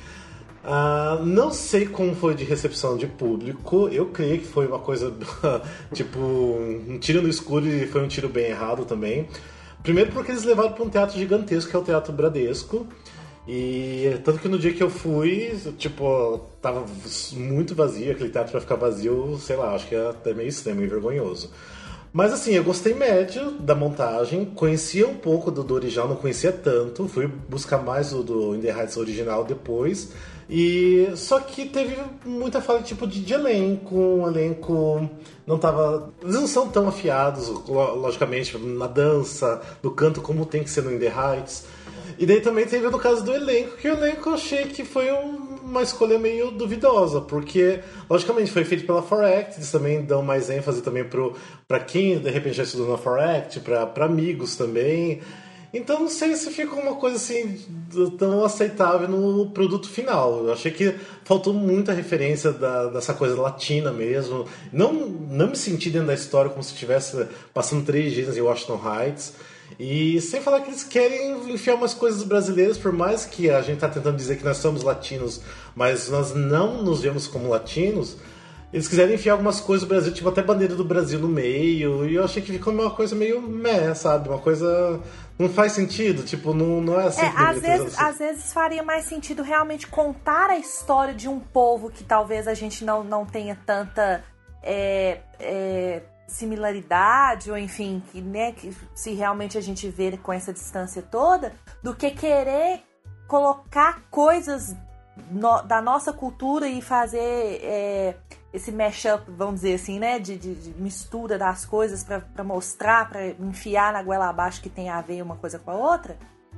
Não sei como foi de recepção de público. Eu creio que foi uma coisa tipo um tiro no escuro, e foi um tiro bem errado também. Primeiro porque eles levaram para um teatro gigantesco, que é o Teatro Bradesco. E tanto que no dia que eu fui, tipo, tava muito vazio. Aquele teatro vai ficar vazio, sei lá, acho que é até meio estranho, meio vergonhoso. Mas assim, eu gostei médio da montagem, conhecia um pouco do original, não conhecia tanto, fui buscar mais o do In The Heights original depois. E só que teve muita falha tipo de elenco, um elenco eles não são tão afiados, logicamente, na dança, no canto como tem que ser no In The Heights. E daí também teve no caso do elenco, que o elenco eu achei que foi uma escolha meio duvidosa, porque, logicamente, foi feito pela 4ACT, eles também dão mais ênfase também pra quem, de repente, já estudou na 4ACT, pra amigos também. Então, não sei se fica uma coisa assim tão aceitável no produto final. Eu achei que faltou muita referência dessa coisa latina mesmo. Não me senti dentro da história como se estivesse passando 3 dias em Washington Heights. E sem falar que eles querem enfiar umas coisas brasileiras, por mais que a gente tá tentando dizer que nós somos latinos, mas nós não nos vemos como latinos, eles quiserem enfiar algumas coisas do Brasil, tipo até bandeira do Brasil no meio, e eu achei que ficou uma coisa meio sabe? Uma coisa... Não faz sentido, tipo, não é assim. Às vezes faria mais sentido realmente contar a história de um povo que talvez a gente não tenha tanta... similaridade, ou enfim, que se realmente a gente vê com essa distância toda, do que querer colocar coisas da nossa cultura e fazer esse mashup, vamos dizer assim, né, de mistura das coisas pra mostrar, pra enfiar na goela abaixo que tem a ver uma coisa com a outra.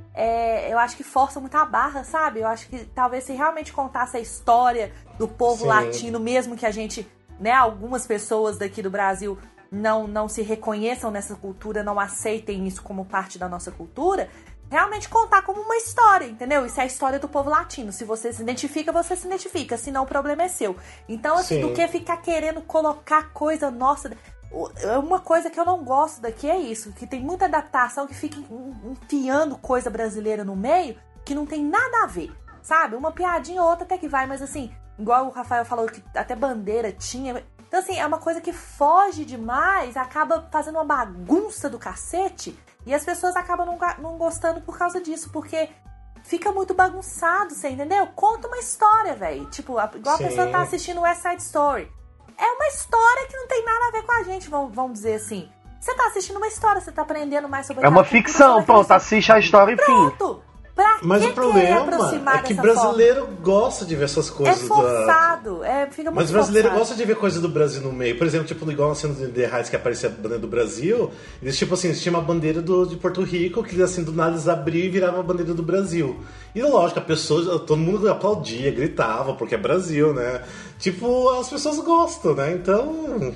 Eu acho que força muito a barra, sabe? Eu acho que talvez se realmente contasse a história do povo latino, mesmo que a gente, né, algumas pessoas daqui do Brasil não se reconheçam nessa cultura, não aceitem isso como parte da nossa cultura, realmente contar como uma história, entendeu? Isso é a história do povo latino. Se você se identifica, você se identifica, senão o problema é seu. Então, assim, do que ficar querendo colocar coisa nossa... Uma coisa que eu não gosto daqui é isso, que tem muita adaptação que fica enfiando coisa brasileira no meio, que não tem nada a ver, sabe? Uma piadinha ou outra até que vai, mas assim, igual o Rafael falou que até bandeira tinha... Então, assim, é uma coisa que foge demais, acaba fazendo uma bagunça do cacete, e as pessoas acabam não gostando por causa disso, porque fica muito bagunçado, você entendeu? Conta uma história, velho. Tipo, igual a pessoa tá assistindo West Side Story. É uma história que não tem nada a ver com a gente, vamos dizer assim. Você tá assistindo uma história, você tá aprendendo mais sobre... É uma ficção, pronto, assiste a história e fim. Pronto! Mas o problema é que brasileiro gosta de ver essas coisas. É forçado, fica muito Mas o brasileiro forçado. gosta de ver coisa do Brasil no meio. Por exemplo, tipo, igual na cena do The Heights que aparecia a bandeira do Brasil, eles tipo assim, eles tinham uma bandeira de Porto Rico, que assim, do nada eles abriam e virava a bandeira do Brasil. E lógico, a pessoa, todo mundo aplaudia, gritava, porque é Brasil, né? Tipo, as pessoas gostam, né? Então...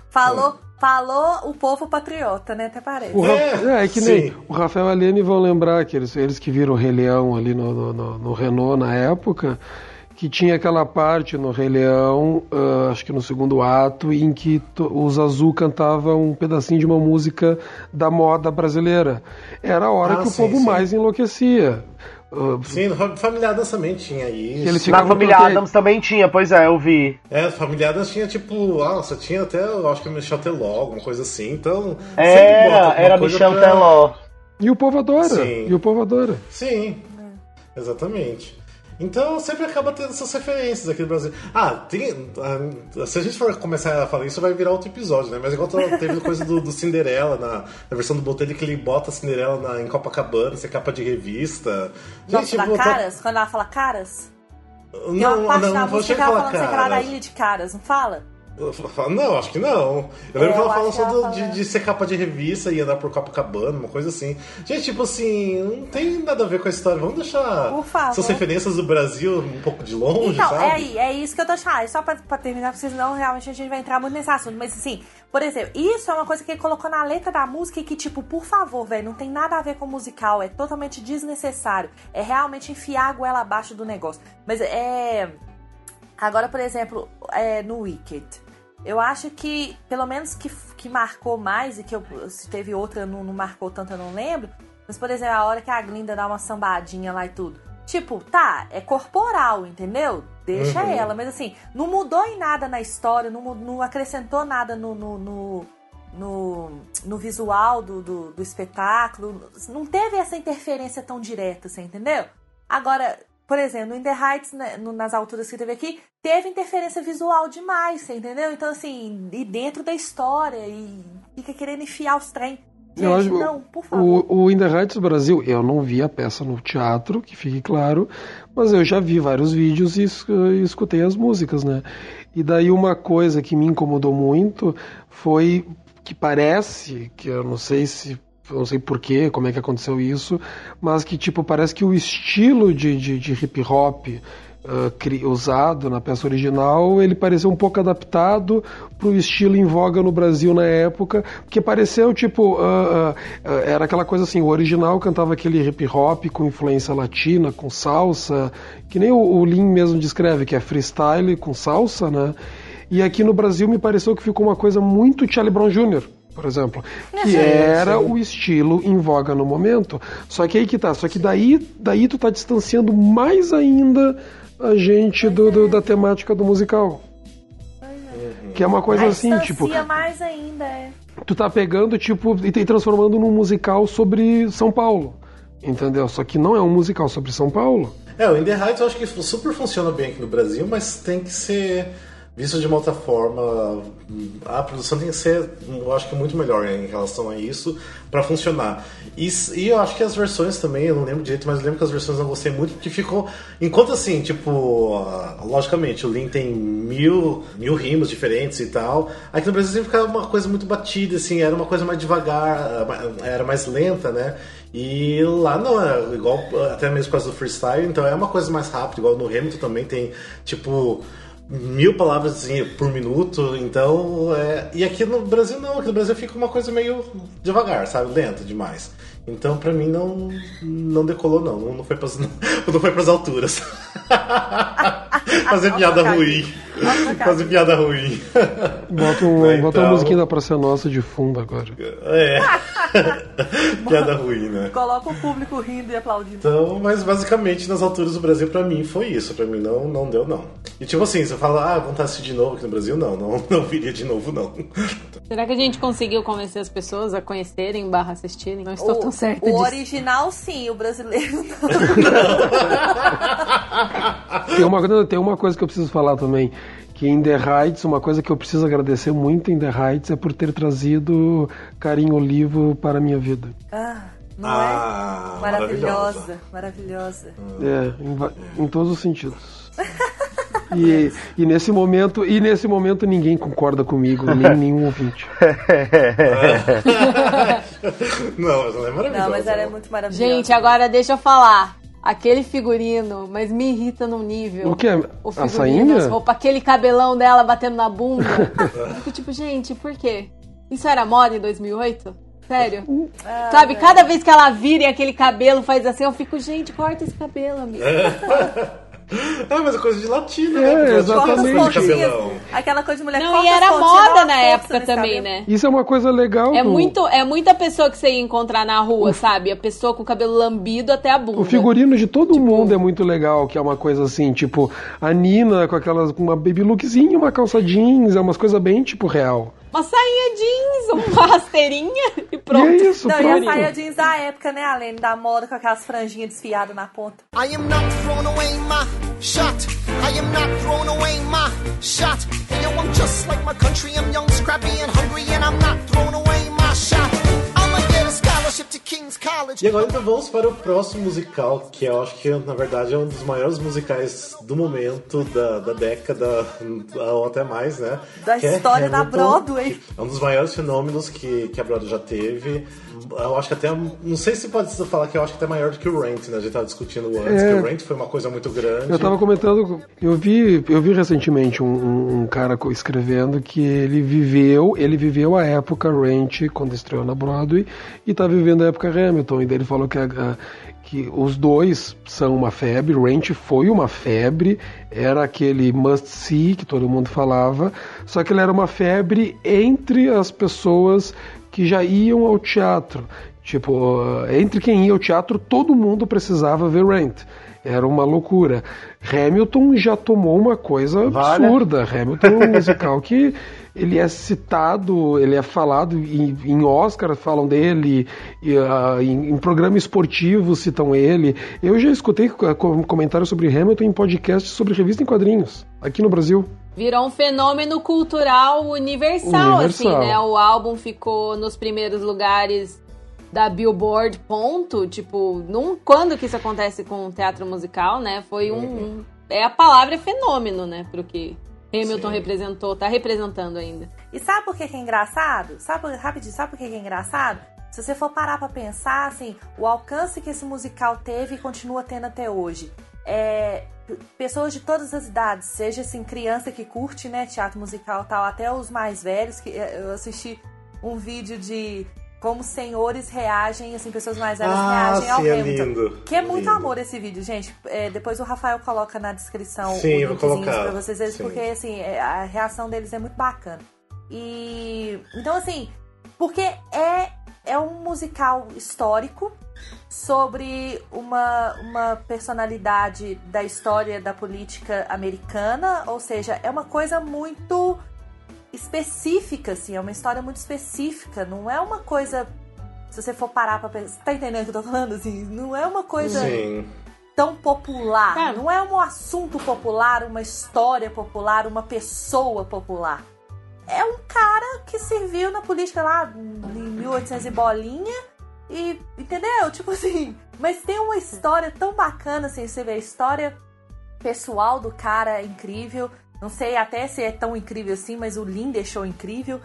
Falou o povo patriota, né? Até parece. É que nem o Rafael e a Lene vão lembrar que eles que viram o Rei Leão ali no Renault na época, que tinha aquela parte no Rei Leão, acho que no segundo ato, em que o Zazu cantava um pedacinho de uma música da moda brasileira. Era a hora que o povo mais enlouquecia. Sim, no Família Adams também tinha isso. Na Família Adams também tinha, pois é, eu vi. Família Adams tinha tipo, você tinha até, eu acho que Michel Teló, alguma coisa assim, então... Era Michel Teló. E o povo adora. Sim, exatamente. Então sempre acaba tendo essas referências aqui no Brasil. Se a gente for começar a falar isso, vai virar outro episódio, né? Mas igual teve coisa do Cinderela, na versão do Botelho, que ele bota a Cinderela em Copacabana, ser capa de revista. Gente, Caras? Quando ela fala Caras? Tem uma parte da música que ela fala da Ilha de Caras, não fala? Não, acho que não. Eu lembro que ela fala acho que ela só de ser capa de revista e andar por Copacabana, uma coisa assim. Gente, tipo assim, não tem nada a ver com a história. Vamos deixar essas referências do Brasil um pouco de longe, então, sabe? É isso que eu tô achando. Só pra terminar, porque senão realmente a gente vai entrar muito nesse assunto. Mas assim, por exemplo, isso é uma coisa que ele colocou na letra da música e que, tipo, por favor, velho, não tem nada a ver com o musical. É totalmente desnecessário. É realmente enfiar a goela abaixo do negócio. Mas agora, por exemplo, no Wicked, eu acho que, pelo menos que marcou mais, e que se teve outra não marcou tanto, eu não lembro. Mas, por exemplo, a hora que a Glinda dá uma sambadinha lá e tudo. Tipo, tá, é corporal, entendeu? Deixa ela. Mas assim, não mudou em nada na história, não acrescentou nada no visual do espetáculo. Não teve essa interferência tão direta, você entendeu? Agora, por exemplo, no In The Heights, né, nas alturas que teve aqui, teve interferência visual demais, você entendeu? Então, assim, e dentro da história, e fica querendo enfiar os trem. Gente, não, por favor. O In The Heights Brasil, eu não vi a peça no teatro, que fique claro, mas eu já vi vários vídeos e escutei as músicas, né? E daí uma coisa que me incomodou muito foi que parece, que eu não sei porquê, como é que aconteceu isso, mas que tipo, parece que o estilo de hip hop usado na peça original, ele pareceu um pouco adaptado pro estilo em voga no Brasil na época, porque pareceu tipo, era aquela coisa assim, o original cantava aquele hip hop com influência latina, com salsa, que nem o Lin mesmo descreve, que é freestyle com salsa, né? E aqui no Brasil me pareceu que ficou uma coisa muito Charlie Brown Jr., por exemplo, que era o estilo em voga no momento. Só que aí que tá, daí tu tá distanciando mais ainda a gente da temática do musical. Que é uma coisa assim, tipo... mais ainda, Tu tá pegando, tipo, e transformando num musical sobre São Paulo, entendeu? Só que não é um musical sobre São Paulo. O In The Heights eu acho que super funciona bem aqui no Brasil, mas tem que ser visto de uma outra forma. A produção tem que ser, eu acho que muito melhor em relação a isso para funcionar. E eu acho que as versões também, eu não lembro direito, mas eu lembro que as versões eu não gostei muito, porque ficou... Enquanto assim, tipo, logicamente, o Lin tem mil rimos diferentes e tal, aqui no Brasil sempre ficava uma coisa muito batida, assim, era uma coisa mais devagar, era mais lenta, né? E lá não, é igual, até mesmo por causa do freestyle, então é uma coisa mais rápida, igual no Hamilton também tem, tipo... 1000 palavras assim, por minuto, então... E aqui no Brasil não, aqui no Brasil fica uma coisa meio devagar, sabe? Lenta demais. Então pra mim não decolou não foi pras alturas. Fazer piada ruim. Fazer piada ruim. Bota uma musiquinha da Praça Nossa de fundo agora. Piada ruim, né? Coloca o público rindo e aplaudindo. Então, mas basicamente nas alturas do Brasil pra mim foi isso. Pra mim não deu não. E tipo assim, você fala, vamos assistir de novo aqui no Brasil? Não viria de novo não. Será que a gente conseguiu convencer as pessoas a conhecerem / assistirem? Não estou tão certa disso. O original sim, o brasileiro não. Tem uma coisa que eu preciso falar também, que In The Heights, uma coisa que eu preciso agradecer muito em The Heights é por ter trazido Carinho Olivo para a minha vida. Não é? Maravilhosa. Em todos os sentidos. E nesse momento ninguém concorda comigo, nem nenhum ouvinte. Não, mas ela é maravilhosa. Não, mas ela é muito maravilhosa. Gente, agora deixa eu falar. Aquele figurino, mas me irrita num nível. O que? O a sainha? As roupas, aquele cabelão dela batendo na bunda. Eu fico tipo, gente, por quê? Isso era moda em 2008? Sério? Sabe, cada vez que ela vira e aquele cabelo faz assim, eu fico, gente, corta esse cabelo, amigo. Mas é coisa de latino, né? Exatamente. Aquela coisa de mulher. Não, e era moda na época também, né? Isso é uma coisa legal. É muita pessoa que você ia encontrar na rua, sabe? A pessoa com o cabelo lambido até a bunda. O figurino de todo mundo é muito legal, que é uma coisa assim, tipo, a Nina com uma baby lookzinha, uma calça jeans, é umas coisas bem, tipo, real. Uma sainha jeans, uma rasteirinha e pronto. E é isso, não, pronto. E a saia jeans da época, né, Alene? Da moda com aquelas franjinhas desfiadas na ponta. I am not throwing away my shot. I am not throwing away my shot. Hey, yo, I'm just like my country. I'm young, scrappy, and hungry, and I'm not throwing away my shot. I'ma get a scholarship to King Queens College. E agora então vamos para o próximo musical, que eu acho que na verdade é um dos maiores musicais do momento, da década, ou até mais, né? Da que história é Hamilton, da Broadway. É um dos maiores fenômenos que a Broadway já teve. Eu acho que até, não sei se pode falar que eu acho que até maior do que o Rent, né? A gente tava discutindo antes que o Rent foi uma coisa muito grande. Eu tava comentando, eu vi recentemente um cara escrevendo que ele viveu a época Rent quando estreou na Broadway e tá vivendo a época Hamilton, e daí ele falou que os dois são uma febre. Rent foi uma febre, era aquele must-see que todo mundo falava, só que ele era uma febre entre as pessoas que já iam ao teatro. Tipo, entre quem ia ao teatro, todo mundo precisava ver Rent. Era uma loucura. Hamilton já tomou uma coisa absurda. Hamilton é um musical que ele é citado, ele é falado em Oscar, falam dele, em programa esportivo citam ele. Eu já escutei comentários sobre Hamilton em podcasts sobre revista em quadrinhos, aqui no Brasil. Virou um fenômeno cultural universal, assim, né? O álbum ficou nos primeiros lugares da Billboard, ponto. Tipo, quando que isso acontece com um teatro musical, né? Foi a palavra fenômeno, né? Pro que Hamilton representou, tá representando ainda. E sabe por que é engraçado? Sabe por que é engraçado? Se você for parar pra pensar, assim, o alcance que esse musical teve e continua tendo até hoje. Pessoas de todas as idades, seja assim, criança que curte, né, teatro musical e tal, até os mais velhos, que eu assisti um vídeo de como senhores reagem, assim, pessoas mais velhas reagem ao Hamilton. Lindo, que é muito amor esse vídeo, gente. Depois o Rafael coloca na descrição o linkzinho pra vocês verem, porque assim, a reação deles é muito bacana. E então, assim, porque é um musical histórico sobre uma personalidade da história da política americana, ou seja, é uma coisa muito específica, assim, é uma história muito específica, não é uma coisa, se você for parar pra pensar, tá entendendo o que eu tô falando, assim, não é uma coisa tão popular, não é um assunto popular, uma história popular, uma pessoa popular, é um cara que serviu na política lá em 1800 e bolinha. E, entendeu? Tipo assim, mas tem uma história tão bacana, assim, você vê a história pessoal do cara é incrível. Não sei até se é tão incrível assim, mas o Lin deixou incrível.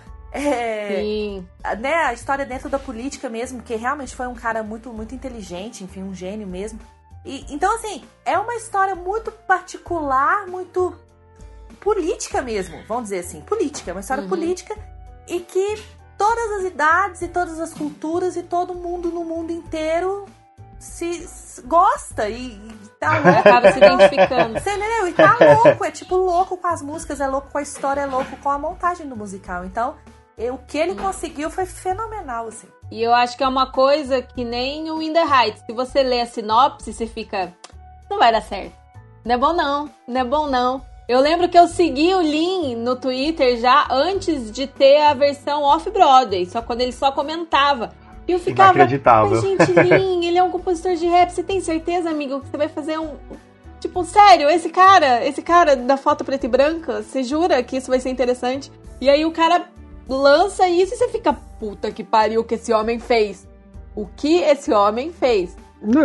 Sim. Né, a história dentro da política mesmo, que realmente foi um cara muito, muito inteligente, enfim, um gênio mesmo. E, então, assim, é uma história muito particular, muito política mesmo, vamos dizer assim, política, é uma história política e que todas as idades e todas as culturas e todo mundo no mundo inteiro se gosta e tá louco. Acaba se identificando. Você entendeu? E tá louco, é tipo louco com as músicas, é louco com a história, é louco com a montagem do musical. Então, o que ele conseguiu foi fenomenal, assim. E eu acho que é uma coisa que nem o In The Heights. Se você lê a sinopse, você fica... Não vai dar certo. Não é bom não, não é bom não. Eu lembro que eu segui o Lin no Twitter já antes de ter a versão off-Broadway, só quando ele só comentava. E eu ficava, mas gente, Lin, ele é um compositor de rap, você tem certeza, amigo, que você vai fazer um... Tipo, sério, esse cara da foto preta e branca, você jura que isso vai ser interessante? E aí o cara lança isso e você fica, puta que pariu, o que esse homem fez. O que esse homem fez. Não,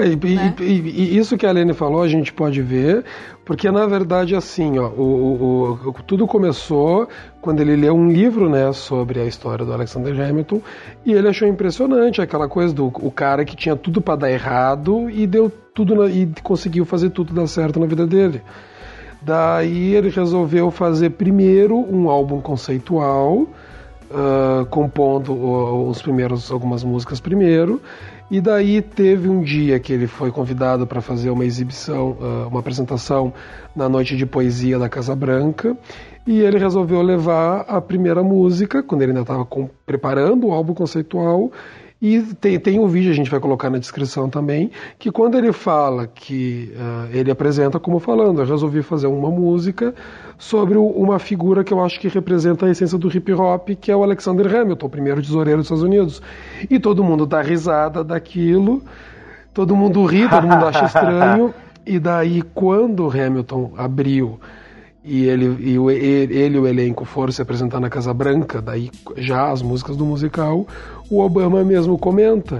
e isso que a Aline falou a gente pode ver, porque na verdade assim, ó, tudo começou quando ele leu um livro, né, sobre a história do Alexander Hamilton, e ele achou impressionante aquela coisa do o cara que tinha tudo para dar errado e deu tudo e conseguiu fazer tudo dar certo na vida dele. Daí ele resolveu fazer primeiro um álbum conceitual, compondo algumas músicas primeiro. E daí teve um dia que ele foi convidado para fazer uma exibição, uma apresentação na noite de poesia da Casa Branca, e ele resolveu levar a primeira música, quando ele ainda estava preparando o álbum conceitual, e tem um vídeo, a gente vai colocar na descrição também, que quando ele fala que ele apresenta como falando, eu resolvi fazer uma música sobre uma figura que eu acho que representa a essência do hip hop, que é o Alexander Hamilton, o primeiro tesoureiro dos Estados Unidos. E todo mundo dá risada daquilo, todo mundo ri, todo mundo acha estranho, e daí quando o Hamilton abriu e ele e o elenco foram se apresentar na Casa Branca, daí já as músicas do musical, o Obama mesmo comenta,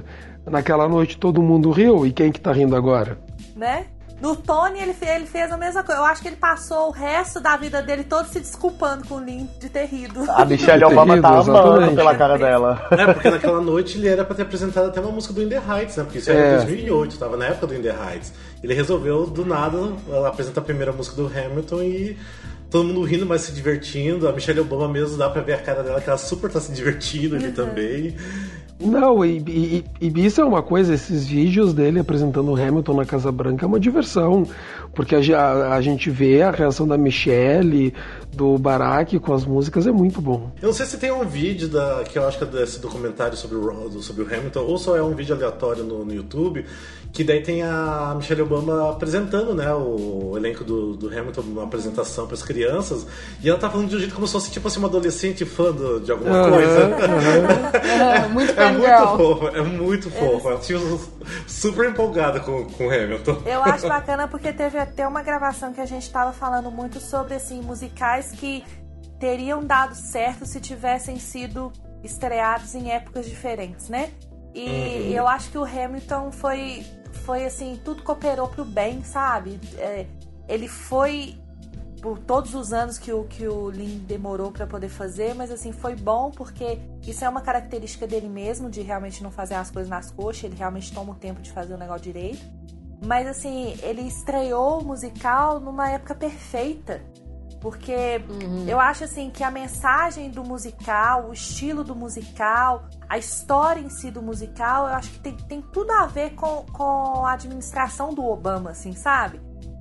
Naquela noite todo mundo riu, e quem que tá rindo agora? Né? No Tony, ele fez a mesma coisa. Eu acho que ele passou o resto da vida dele todo se desculpando com o Lin de ter rido. A Michelle Obama tá amando pela cara dela. Porque naquela noite ele era pra ter apresentado até uma música do In The Heights, né? Porque isso era em 2008, tava na época do In The Heights. Ele resolveu, do nada, apresentar a primeira música do Hamilton e todo mundo rindo, mas se divertindo. A Michelle Obama mesmo, dá pra ver a cara dela, que ela super tá se divertindo ali também. Não, e isso é uma coisa, esses vídeos dele apresentando o Hamilton na Casa Branca é uma diversão, porque a gente vê a reação da Michelle, do Barack com as músicas, é muito bom. Eu não sei se tem um vídeo que eu acho que é desse documentário sobre o Hamilton, ou só é um vídeo aleatório no YouTube, que daí tem a Michelle Obama apresentando, né, o elenco do Hamilton, uma apresentação para as crianças, e ela tá falando de um jeito como se fosse tipo assim, uma adolescente fã de alguma coisa. Muito É muito fofo. Ela tinha super empolgada com o Hamilton. Eu acho bacana porque teve até uma gravação que a gente tava falando muito sobre, assim, musicais que teriam dado certo se tivessem sido estreados em épocas diferentes, né? E eu acho que o Hamilton foi assim, tudo cooperou pro bem, sabe? Ele foi por todos os anos que o Lin demorou pra poder fazer, mas assim, foi bom porque isso é uma característica dele mesmo, de realmente não fazer as coisas nas coxas, ele realmente toma o tempo de fazer o negócio direito. Mas assim, ele estreou o musical numa época perfeita, porque eu acho assim que a mensagem do musical, o estilo do musical, a história em si do musical, eu acho que tem tudo a ver com a administração do Obama, assim, sabe?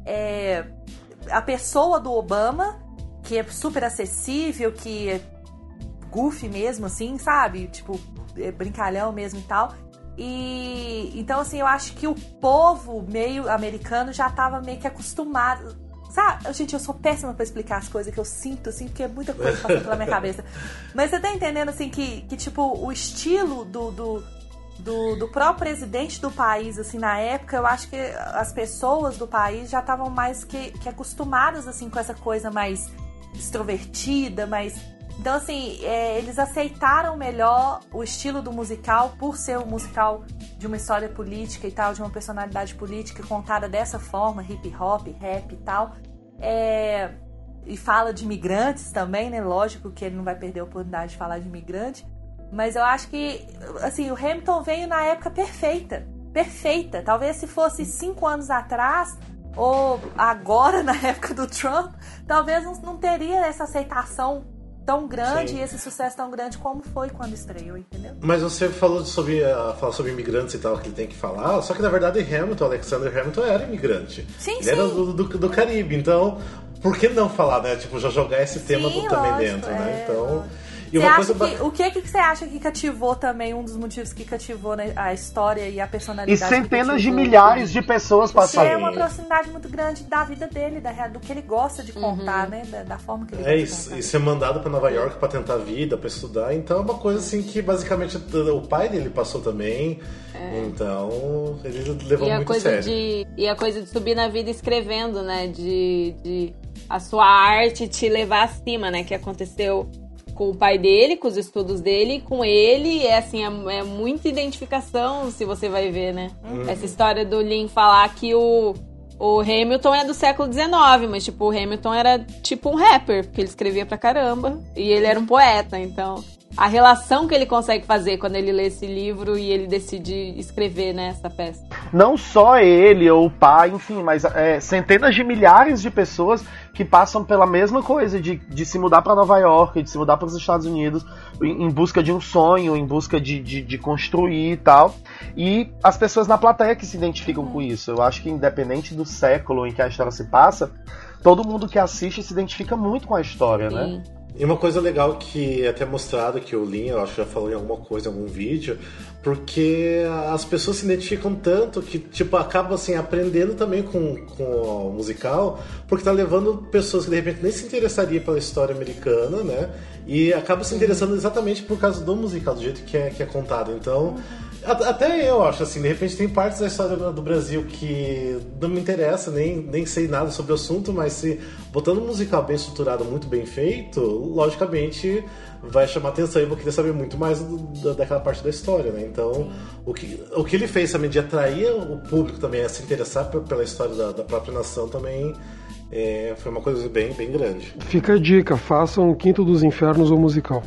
A pessoa do Obama, que é super acessível, que é goofy mesmo, assim, sabe? Tipo, brincalhão mesmo e tal. E então, assim, eu acho que o povo meio americano já tava meio que acostumado. Sabe? Gente, eu sou péssima pra explicar as coisas que eu sinto, assim, porque é muita coisa passando pela minha cabeça. Mas você tá entendendo, assim, que tipo, o estilo do próprio presidente do país, assim, na época, eu acho que as pessoas do país já estavam mais que acostumadas, assim, com essa coisa mais extrovertida, mais... Então, assim, eles aceitaram melhor o estilo do musical por ser um musical de uma história política e tal, de uma personalidade política contada dessa forma, hip hop, rap e tal. E fala de imigrantes também, né? Lógico que ele não vai perder a oportunidade de falar de imigrante. Mas eu acho que, assim, o Hamilton veio na época perfeita. Perfeita. Talvez se fosse 5 anos atrás, ou agora, na época do Trump, talvez não teria essa aceitação tão grande e esse sucesso tão grande como foi quando estreou, entendeu? Mas você falou sobre imigrantes e tal, que ele tem que falar, só que na verdade Alexander Hamilton era imigrante. Sim, ele era do Caribe, então por que não falar, né? Tipo, já jogar esse tema também dentro, né? Então... E uma coisa o que você acha que cativou também, um dos motivos que cativou, né, a história e a personalidade? E centenas de milhares de pessoas passaram. Porque é uma proximidade muito grande da vida dele, do que ele gosta de contar, né? Da forma que ele gosta de contar. E ser mandado pra Nova York pra tentar vida, pra estudar. Então é uma coisa assim que basicamente o pai dele passou também. Então ele levou muito a sério. E a coisa de subir na vida escrevendo, né? De a sua arte te levar acima, né? Que aconteceu com o pai dele, com os estudos dele, com ele, assim, é muita identificação, se você vai ver, né? Essa história do Lin falar que o Hamilton é do século XIX, mas, tipo, o Hamilton era tipo um rapper, porque ele escrevia pra caramba, e ele era um poeta, então... A relação que ele consegue fazer quando ele lê esse livro e ele decide escrever, né, essa peça. Não só ele ou o pai, enfim, mas centenas de milhares de pessoas que passam pela mesma coisa, de se mudar para Nova York, de se mudar para os Estados Unidos, em busca de um sonho, em busca de construir e tal. E as pessoas na plateia que se identificam com isso. Eu acho que independente do século em que a história se passa, todo mundo que assiste se identifica muito com a história, né? E uma coisa legal que é até mostrado, que o Lin, eu acho que já falou em alguma coisa, em algum vídeo, porque as pessoas se identificam tanto que, tipo, acaba, assim, aprendendo também com o musical, porque tá levando pessoas que, de repente, nem se interessariam pela história americana, né? E acaba se interessando exatamente por causa do musical, do jeito que é contado. Então, Até eu acho, assim, de repente tem partes da história do Brasil que não me interessa, nem sei nada sobre o assunto, mas se botando um musical bem estruturado, muito bem feito, logicamente vai chamar atenção e eu vou querer saber muito mais daquela parte da história, né? Então, o que ele fez também de atrair o público também a se interessar pela história da própria nação também foi uma coisa bem, bem grande. Fica a dica, façam o Quinto dos Infernos ou musical.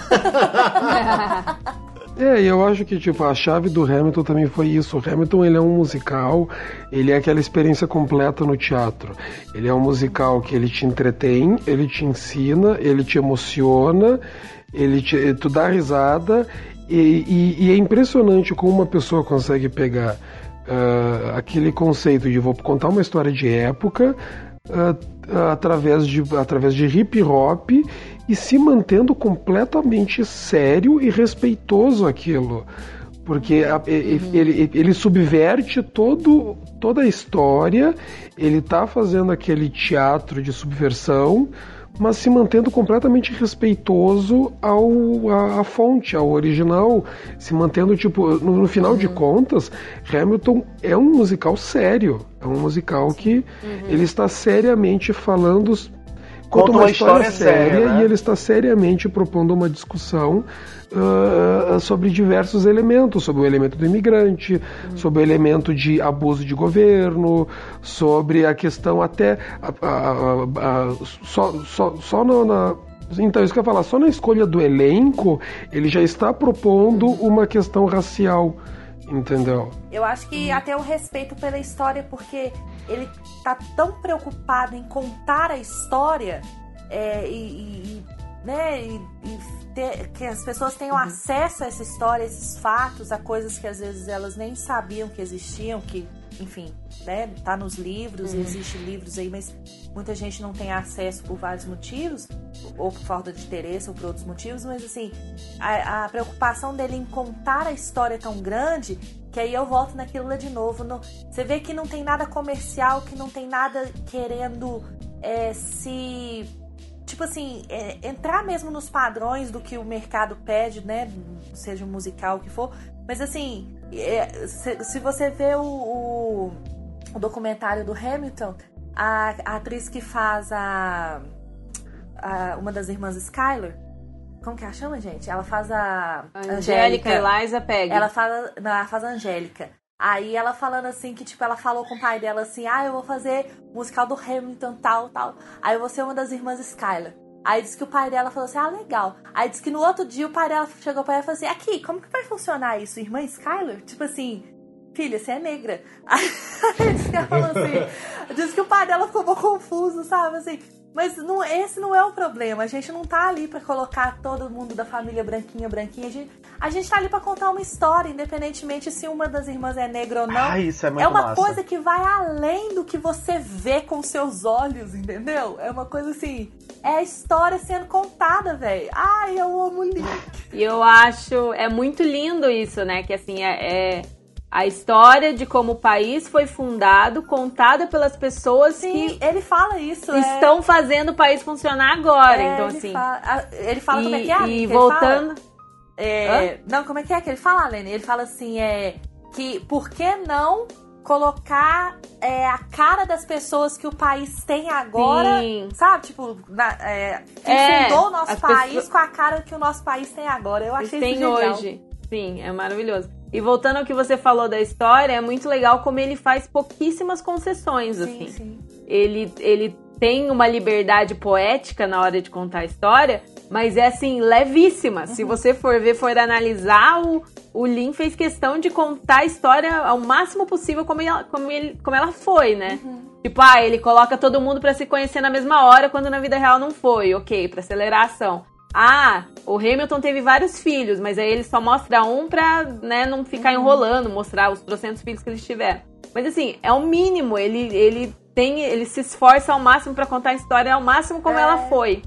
E eu acho que a chave do Hamilton também foi isso. O Hamilton, ele é um musical, ele é aquela experiência completa no teatro. Ele é um musical que ele te entretém, ele te ensina, ele te emociona, tu dá risada, e é impressionante como uma pessoa consegue pegar aquele conceito de vou contar uma história de época através de hip hop e se mantendo completamente sério e respeitoso aquilo, porque ele subverte toda a história, ele tá fazendo aquele teatro de subversão, mas se mantendo completamente respeitoso à fonte, ao original, se mantendo, no final de contas, Hamilton é um musical sério, é um musical que ele está seriamente falando, conta uma história séria, né? E ele está seriamente propondo uma discussão sobre diversos elementos, sobre o elemento do imigrante, sobre o elemento de abuso de governo, sobre a questão até então, isso que eu ia falar, só na escolha do elenco ele já está propondo uma questão racial, entendeu? Eu acho que até o respeito pela história, porque ele tá tão preocupado em contar a história que as pessoas tenham acesso a essa história, a esses fatos, a coisas que às vezes elas nem sabiam que existiam, que, enfim, né, tá nos livros, existem livros aí, mas muita gente não tem acesso por vários motivos, ou por falta de interesse, ou por outros motivos, mas assim, a preocupação dele em contar a história é tão grande, que aí eu volto naquilo lá de novo. Você vê que não tem nada comercial, que não tem nada querendo entrar mesmo nos padrões do que o mercado pede, né? Seja um musical, o que for. Mas assim, se você vê o documentário do Hamilton, a atriz que faz uma das irmãs Skyler, como que ela chama, gente? Ela faz a Angélica Eliza Pegg. Ela faz a Angélica. Aí ela falando assim, que ela falou com o pai dela assim, eu vou fazer musical do Hamilton, tal. Aí eu vou ser uma das irmãs Skyler. Aí disse que o pai dela falou assim, legal. Aí disse que no outro dia o pai dela chegou pra ela e falou assim, aqui, como que vai funcionar isso? Irmã Skyler? Tipo assim, filha, você é negra. Aí disse que ela falou assim, disse que o pai dela ficou um pouco confuso, sabe, assim. Mas esse não é o problema. A gente não tá ali pra colocar todo mundo da família branquinha. A gente tá ali pra contar uma história, independentemente se uma das irmãs é negra ou não. Isso é muito uma massa. Coisa que vai além do que você vê com seus olhos, entendeu? É uma coisa assim, é a história sendo contada, velho. Eu amo Lick. E eu acho, é muito lindo isso, né? Que assim, a história de como o país foi fundado, contada pelas pessoas que ele fala isso, estão fazendo o país funcionar agora. Então, assim. Ele fala como é que é? E voltando. Não, como é que ele fala, Lene? Ele fala assim, que por que não colocar a cara das pessoas que o país tem agora, sabe? Tipo, que fundou o nosso país com a cara que o nosso país tem agora. Eu achei isso genial. Hoje. Sim, é maravilhoso. E voltando ao que você falou da história, é muito legal como ele faz pouquíssimas concessões, assim. Sim. Ele tem uma liberdade poética na hora de contar a história, mas é assim, levíssima. Se você for analisar, o Lin fez questão de contar a história ao máximo possível como ela foi, né? Tipo, ele coloca todo mundo pra se conhecer na mesma hora, quando na vida real não foi, ok, pra acelerar a ação. O Hamilton teve vários filhos, mas aí ele só mostra um pra, né, não ficar enrolando, mostrar os 300 filhos que eles tiveram. Mas assim, é o mínimo, ele se esforça ao máximo pra contar a história ao máximo como ela foi.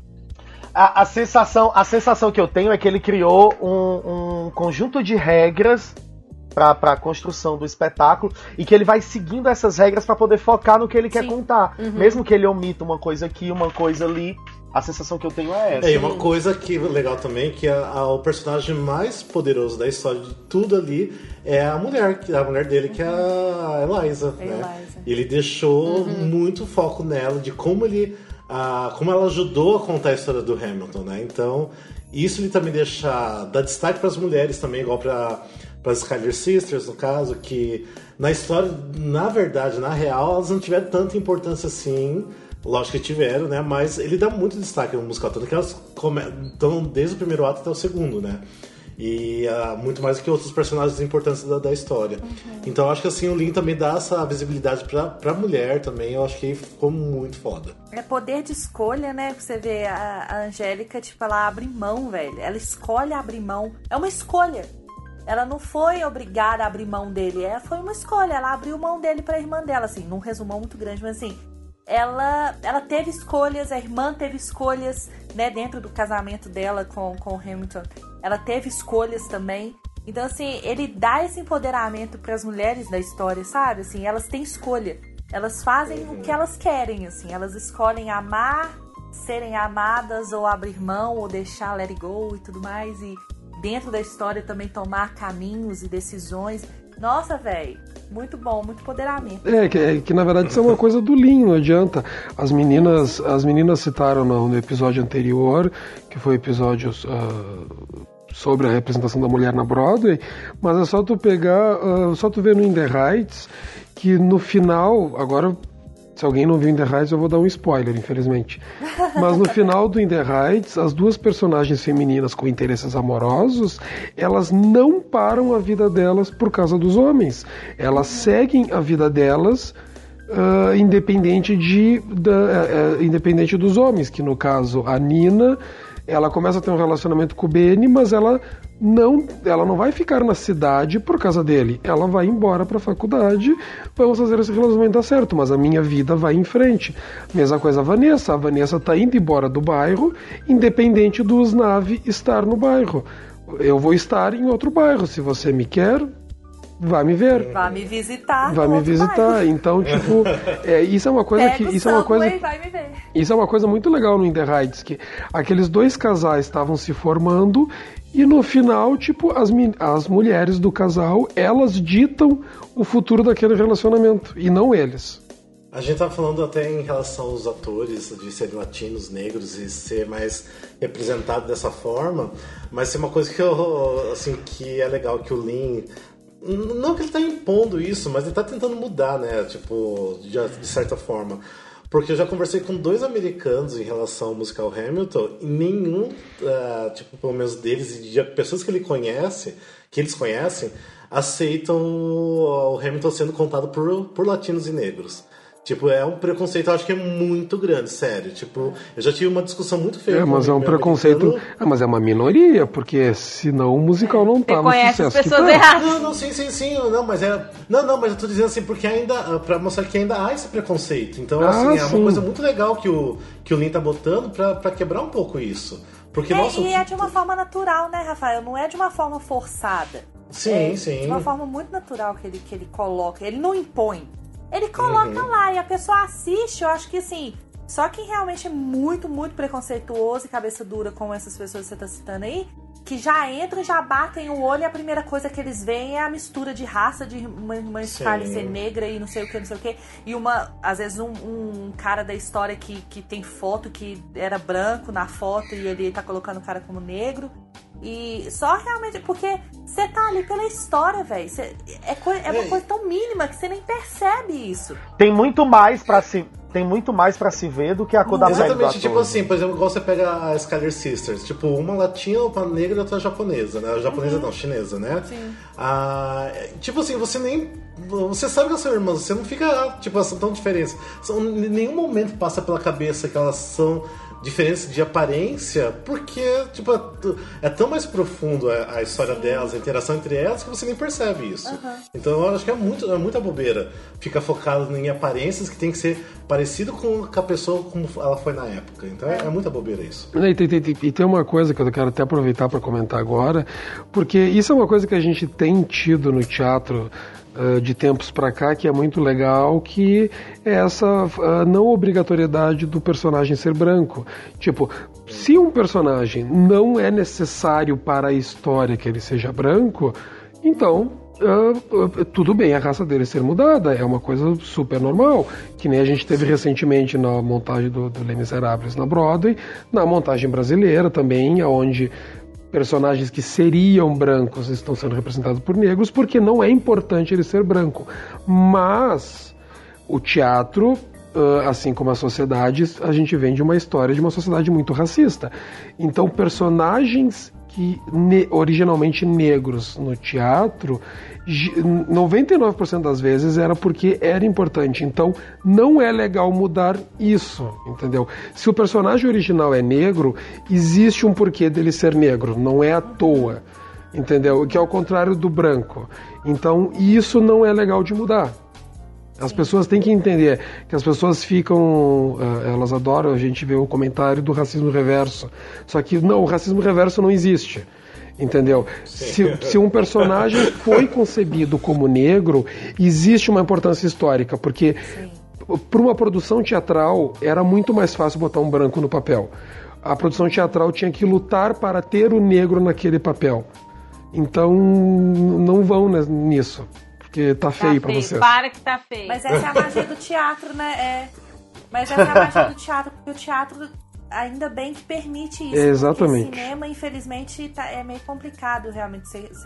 A sensação que eu tenho é que ele criou um conjunto de regras pra construção do espetáculo e que ele vai seguindo essas regras pra poder focar no que ele quer contar. Mesmo que ele omita uma coisa aqui, uma coisa ali, A sensação que eu tenho é essa. E uma coisa que legal também, que o personagem mais poderoso da história de tudo ali é a mulher dele, que é a Eliza, né? Ele deixou muito foco nela, de como ela ajudou a contar a história do Hamilton, né? Então, isso ele também dá destaque para as mulheres também, igual para as Skyler Sisters, no caso, que na história, na verdade, na real, elas não tiveram tanta importância assim. Lógico que tiveram, né? Mas ele dá muito destaque no musical, tanto que elas estão desde o primeiro ato até o segundo, né? E muito mais do que outros personagens importantes da história. Então eu acho que assim, o Lin também dá essa visibilidade pra mulher também. Eu acho que ficou muito foda. É poder de escolha, né? Você vê a Angélica, tipo, ela abre mão, velho. Ela escolhe abrir mão. É uma escolha. Ela não foi obrigada a abrir mão dele. Foi uma escolha. Ela abriu mão dele pra irmã dela, assim. Num resumão muito grande, mas assim... Ela teve escolhas, a irmã teve escolhas, né, dentro do casamento dela com o Hamilton. Ela teve escolhas também. Então, assim, ele dá esse empoderamento para as mulheres da história, sabe? Assim, elas têm escolha. Elas fazem o que elas querem, assim. Elas escolhem amar, serem amadas, ou abrir mão, ou deixar let it go e tudo mais. E dentro da história também tomar caminhos e decisões. Nossa, velho. Muito bom, muito empoderamento. Que na verdade isso é uma coisa do Lin, não adianta. As meninas citaram no episódio anterior, que foi o episódio sobre a representação da mulher na Broadway, mas é só tu pegar, só tu ver no In The Heights, que no final, agora... Se alguém não viu In The Heights, eu vou dar um spoiler, infelizmente. Mas no final do In The Heights, as duas personagens femininas com interesses amorosos, elas não param a vida delas por causa dos homens. Elas seguem a vida delas independente dos homens, que no caso a Nina, ela começa a ter um relacionamento com o Benny, mas ela não vai ficar na cidade por causa dele. Ela vai embora para a faculdade, vamos fazer esse relacionamento dar certo, mas a minha vida vai em frente. Mesma coisa a Vanessa está indo embora do bairro, independente do Usnavi estar no bairro. Eu vou estar em outro bairro, se você me quer... Vai me ver. Vai me visitar. Vai me visitar. Bairro. Então, tipo, isso é uma coisa que. Isso é uma coisa. Vai me ver. Isso é uma coisa muito legal no In The Heights, que aqueles dois casais estavam se formando e no final, tipo, as mulheres do casal, elas ditam o futuro daquele relacionamento e não eles. A gente tá falando até em relação aos atores de serem latinos, negros e ser mais representado dessa forma, mas tem uma coisa que que é legal, que o Lin... Não que ele tá impondo isso, mas ele tá tentando mudar, né? Tipo, de certa forma. Porque eu já conversei com 2 americanos em relação ao musical Hamilton e nenhum, tipo, pelo menos deles e de pessoas que eles conhecem, aceitam o Hamilton sendo contado por latinos e negros. Tipo, é um preconceito, eu acho que é muito grande, sério. Tipo, eu já tive uma discussão muito feia. Mas é um preconceito... mas é uma minoria, porque senão o musical não tá no sucesso as pessoas erradas. Não, sim. Não, mas eu tô dizendo assim, porque ainda... Pra mostrar que ainda há esse preconceito. Então, assim, é uma coisa muito legal que o Lin tá botando pra quebrar um pouco isso. Porque, e é de uma forma natural, né, Rafael? Não é de uma forma forçada. Sim. De uma forma muito natural que ele coloca. Ele não impõe. Ele coloca lá e a pessoa assiste, eu acho que assim, só quem realmente é muito, muito preconceituoso e cabeça dura, como essas pessoas que você tá citando aí, que já entram, já batem o olho e a primeira coisa que eles veem é a mistura de raça, de uma Scarlett ser negra e não sei o que, e às vezes um cara da história que tem foto que era branco na foto e ele tá colocando o cara como negro. E só realmente, porque você tá ali pela história, velho. É uma coisa tão mínima que você nem percebe isso. Tem muito mais pra se ver do que a cor da pele do ator. Exatamente, tipo assim, por exemplo, igual você pega a Skyler Sisters, tipo, uma latina, outra negra e outra japonesa, né? Japonesa não, chinesa, né? Sim. Tipo assim, você sabe que elas são irmãs, você não fica, tipo, elas são tão diferentes. Em nenhum momento passa pela cabeça que elas são diferença de aparência, porque tipo, é tão mais profundo a história delas, a interação entre elas, que você nem percebe isso. Então eu acho que é muita bobeira ficar focado em aparências que tem que ser parecido com a pessoa como ela foi na época. Então é muita bobeira isso. E tem uma coisa que eu quero até aproveitar para comentar agora, porque isso é uma coisa que a gente tem tido no teatro de tempos pra cá, que é muito legal, que é essa não obrigatoriedade do personagem ser branco. Tipo, se um personagem não é necessário para a história que ele seja branco, então tudo bem a raça dele ser mudada, é uma coisa super normal, que nem a gente teve recentemente na montagem do Les Misérables na Broadway, na montagem brasileira também, onde personagens que seriam brancos estão sendo representados por negros, porque não é importante ele ser branco. Mas o teatro, assim como a sociedade, a gente vem de uma história de uma sociedade muito racista. Então, personagens que originalmente negros no teatro, 99% das vezes era porque era importante. Então não é legal mudar isso, entendeu? Se o personagem original é negro, existe um porquê dele ser negro, não é à toa, entendeu? Que é ao contrário do branco. Então isso não é legal de mudar. As pessoas têm que entender que as pessoas ficam, elas adoram a gente ver o comentário do racismo reverso. Só que não, o racismo reverso não existe, entendeu? Se um personagem foi concebido como negro, existe uma importância histórica, porque para uma produção teatral era muito mais fácil botar um branco no papel. A produção teatral tinha que lutar para ter o negro naquele papel. Então não vão nisso. Porque tá feio pra vocês. Para que tá feio. Mas essa é a magia do teatro, né? Mas essa é a magia do teatro, porque o teatro ainda bem que permite isso. Exatamente. Porque o cinema, infelizmente, é meio complicado realmente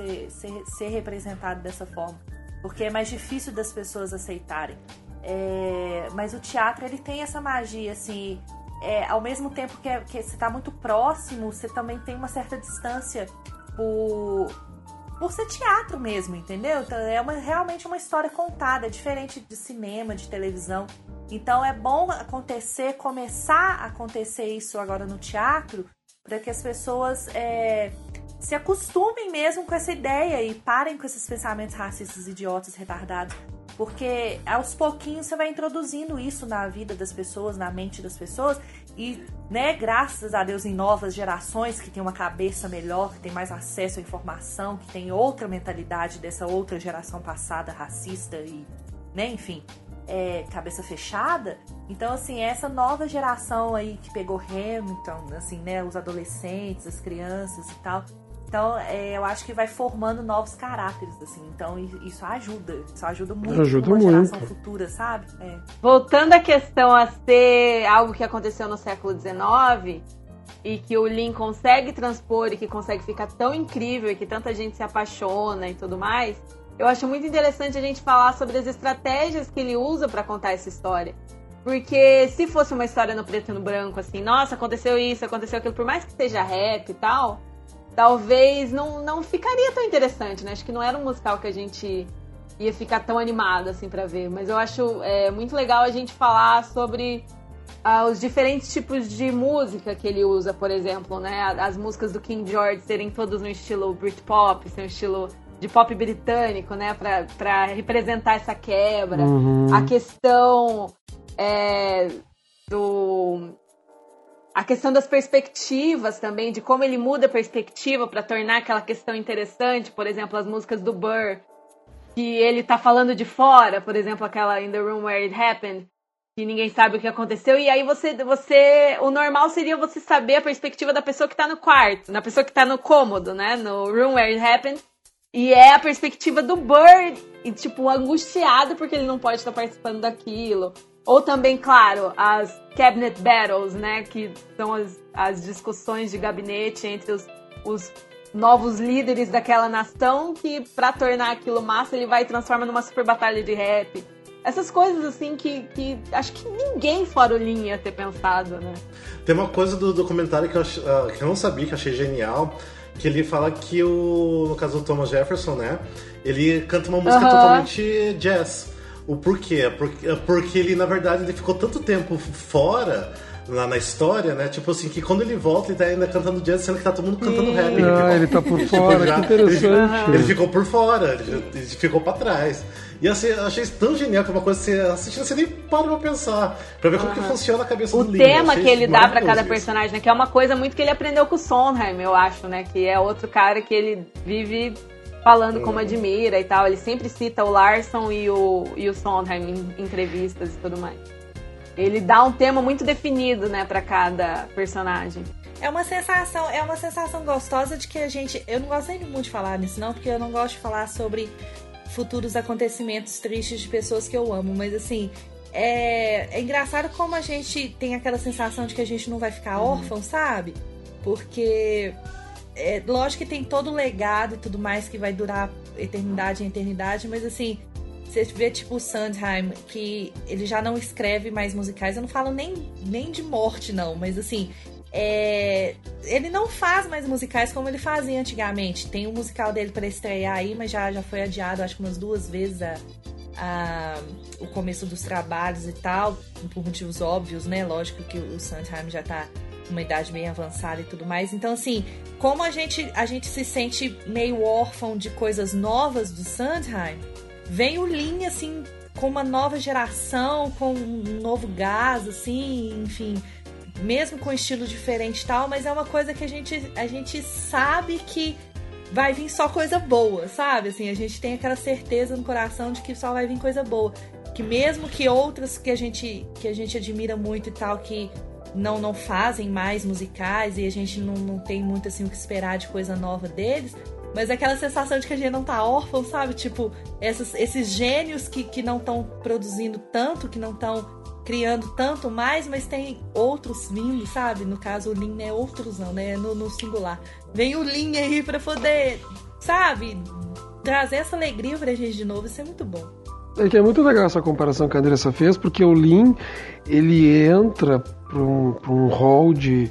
ser representado dessa forma. Porque é mais difícil das pessoas aceitarem. Mas o teatro, ele tem essa magia, assim... ao mesmo tempo que você tá muito próximo, você também tem uma certa distância por ser teatro mesmo, entendeu? Então, realmente uma história contada, é diferente de cinema, de televisão. Então é bom começar a acontecer isso agora no teatro, para que as pessoas se acostumem mesmo com essa ideia e parem com esses pensamentos racistas, idiotas, retardados. Porque aos pouquinhos você vai introduzindo isso na vida das pessoas, na mente das pessoas. E, né, graças a Deus, em novas gerações que tem uma cabeça melhor, que tem mais acesso à informação, que tem outra mentalidade dessa outra geração passada, racista e, né, enfim, cabeça fechada. Então, assim, essa nova geração aí que pegou Hamilton, assim, né, os adolescentes, as crianças e tal... Então, eu acho que vai formando novos caráteres, assim. Então, isso ajuda muito uma geração futura, sabe? Voltando à questão a ser algo que aconteceu no século XIX e que o Lin consegue transpor e que consegue ficar tão incrível e que tanta gente se apaixona e tudo mais, eu acho muito interessante a gente falar sobre as estratégias que ele usa para contar essa história. Porque se fosse uma história no preto e no branco, assim, nossa, aconteceu isso, aconteceu aquilo, por mais que seja rap e tal... Talvez não ficaria tão interessante, né? Acho que não era um musical que a gente ia ficar tão animado, assim, pra ver. Mas eu acho muito legal a gente falar sobre os diferentes tipos de música que ele usa, por exemplo, né? As músicas do King George serem todas no estilo Britpop, ser um estilo de pop britânico, né? Pra representar essa quebra. Uhum. A questão A questão das perspectivas também, de como ele muda a perspectiva para tornar aquela questão interessante. Por exemplo, as músicas do Burr, que ele tá falando de fora, por exemplo, aquela In the Room Where It Happened, que ninguém sabe o que aconteceu, e aí o normal seria você saber a perspectiva da pessoa que tá no quarto, da pessoa que tá no cômodo, né, no Room Where It Happened, e é a perspectiva do Burr, e tipo, angustiado porque ele não pode estar participando daquilo. Ou também, claro, as cabinet battles, né, que são as discussões de gabinete entre os novos líderes daquela nação, que pra tornar aquilo massa, ele vai e transforma numa super batalha de rap. Essas coisas, assim, que acho que ninguém fora o Lin ia ter pensado, né? Tem uma coisa do documentário que eu não sabia, que eu achei genial, que ele fala que no caso do Thomas Jefferson, né, ele canta uma música totalmente jazz. O porquê? Porque ele, na verdade, ele ficou tanto tempo fora lá na história, né? Tipo assim, que quando ele volta, ele tá ainda cantando jazz, sendo que tá todo mundo cantando rap. Ele tá por fora, que interessante. Ele ficou por fora, ele ficou pra trás. E assim, eu achei isso tão genial, que é uma coisa que você assistindo, você nem para pra pensar, pra ver como que funciona a cabeça do Lin. O tema que ele dá pra cada personagem, né? Que é uma coisa muito que ele aprendeu com o Sondheim, eu acho, né? Que é outro cara que ele vive falando como admira e tal. Ele sempre cita o Larsson e o Sondheim em entrevistas e tudo mais. Ele dá um tema muito definido, né, pra cada personagem. É uma sensação gostosa de que a gente... Eu não gosto nem muito de falar nisso, não, porque eu não gosto de falar sobre futuros acontecimentos tristes de pessoas que eu amo, mas assim... É engraçado como a gente tem aquela sensação de que a gente não vai ficar órfão, sabe? Porque... lógico que tem todo o legado e tudo mais que vai durar eternidade em eternidade, mas assim... Você vê, tipo, o Sondheim, que ele já não escreve mais musicais. Eu não falo nem de morte, não, mas assim... ele não faz mais musicais como ele fazia antigamente. Tem um musical dele para estrear aí, mas já foi adiado, acho que umas 2 vezes o começo dos trabalhos e tal, por motivos óbvios, né? Lógico que o Sondheim já tá numa idade bem avançada e tudo mais. Então, assim, como a gente se sente meio órfão de coisas novas do Sondheim, vem o Lin, assim, com uma nova geração, com um novo gás, assim, enfim... Mesmo com estilo diferente e tal, mas é uma coisa que a gente sabe que vai vir só coisa boa, sabe? Assim, a gente tem aquela certeza no coração de que só vai vir coisa boa. Que mesmo que outras que a gente admira muito e tal, que não fazem mais musicais e a gente não tem muito assim o que esperar de coisa nova deles, mas aquela sensação de que a gente não tá órfão, sabe? Tipo, esses gênios que não estão produzindo tanto, que não estão criando tanto mais, mas tem outros vindo, sabe? No caso, o Lin é outros não, né? No singular. Vem o Lin aí pra poder, sabe? Trazer essa alegria pra gente de novo. Isso é muito bom. É que é muito legal essa comparação que a Andressa fez, porque o Lin, ele entra pra um hall de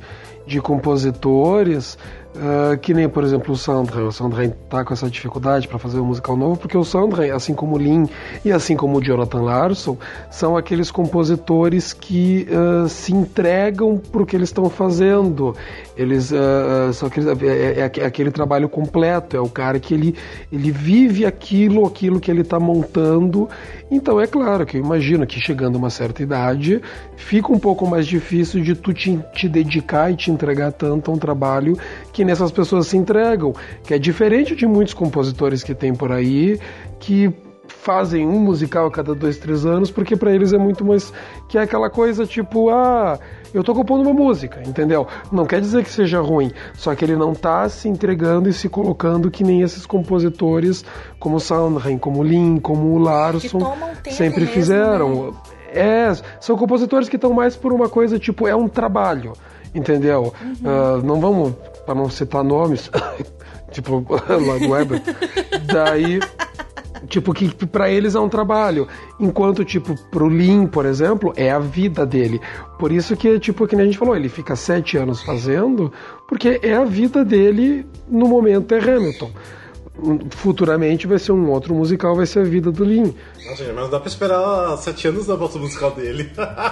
compositores que nem, por exemplo, o Sondheim tá com essa dificuldade para fazer um musical novo, porque o Sondheim, assim como o Lin e assim como o Jonathan Larson, são aqueles compositores que se entregam pro que eles estão fazendo. Eles são aquele trabalho completo, é o cara que ele vive aquilo que ele está montando. Então é claro que eu imagino que chegando a uma certa idade fica um pouco mais difícil de tu te dedicar e te entregar tanto a um trabalho que nessas pessoas se entregam, que é diferente de muitos compositores que tem por aí que fazem um musical a cada 2, 3 anos, porque para eles é muito mais que é aquela coisa tipo, eu tô compondo uma música, entendeu? Não quer dizer que seja ruim, só que ele não tá se entregando e se colocando que nem esses compositores como o Sondheim, como o Lin, como o Larson sempre fizeram. Né? São compositores que estão mais por uma coisa tipo, é um trabalho, entendeu? Não vamos, para não citar nomes, tipo, lá do Weber, daí... Tipo, que pra eles é um trabalho. Enquanto, tipo, pro Lin, por exemplo, é a vida dele. Por isso que, tipo, que nem a gente falou, ele fica 7 anos fazendo, porque é a vida dele no momento é Hamilton. Futuramente vai ser um outro musical, vai ser a vida do Lin. Nossa, mas não dá pra esperar 7 anos da volta musical dele.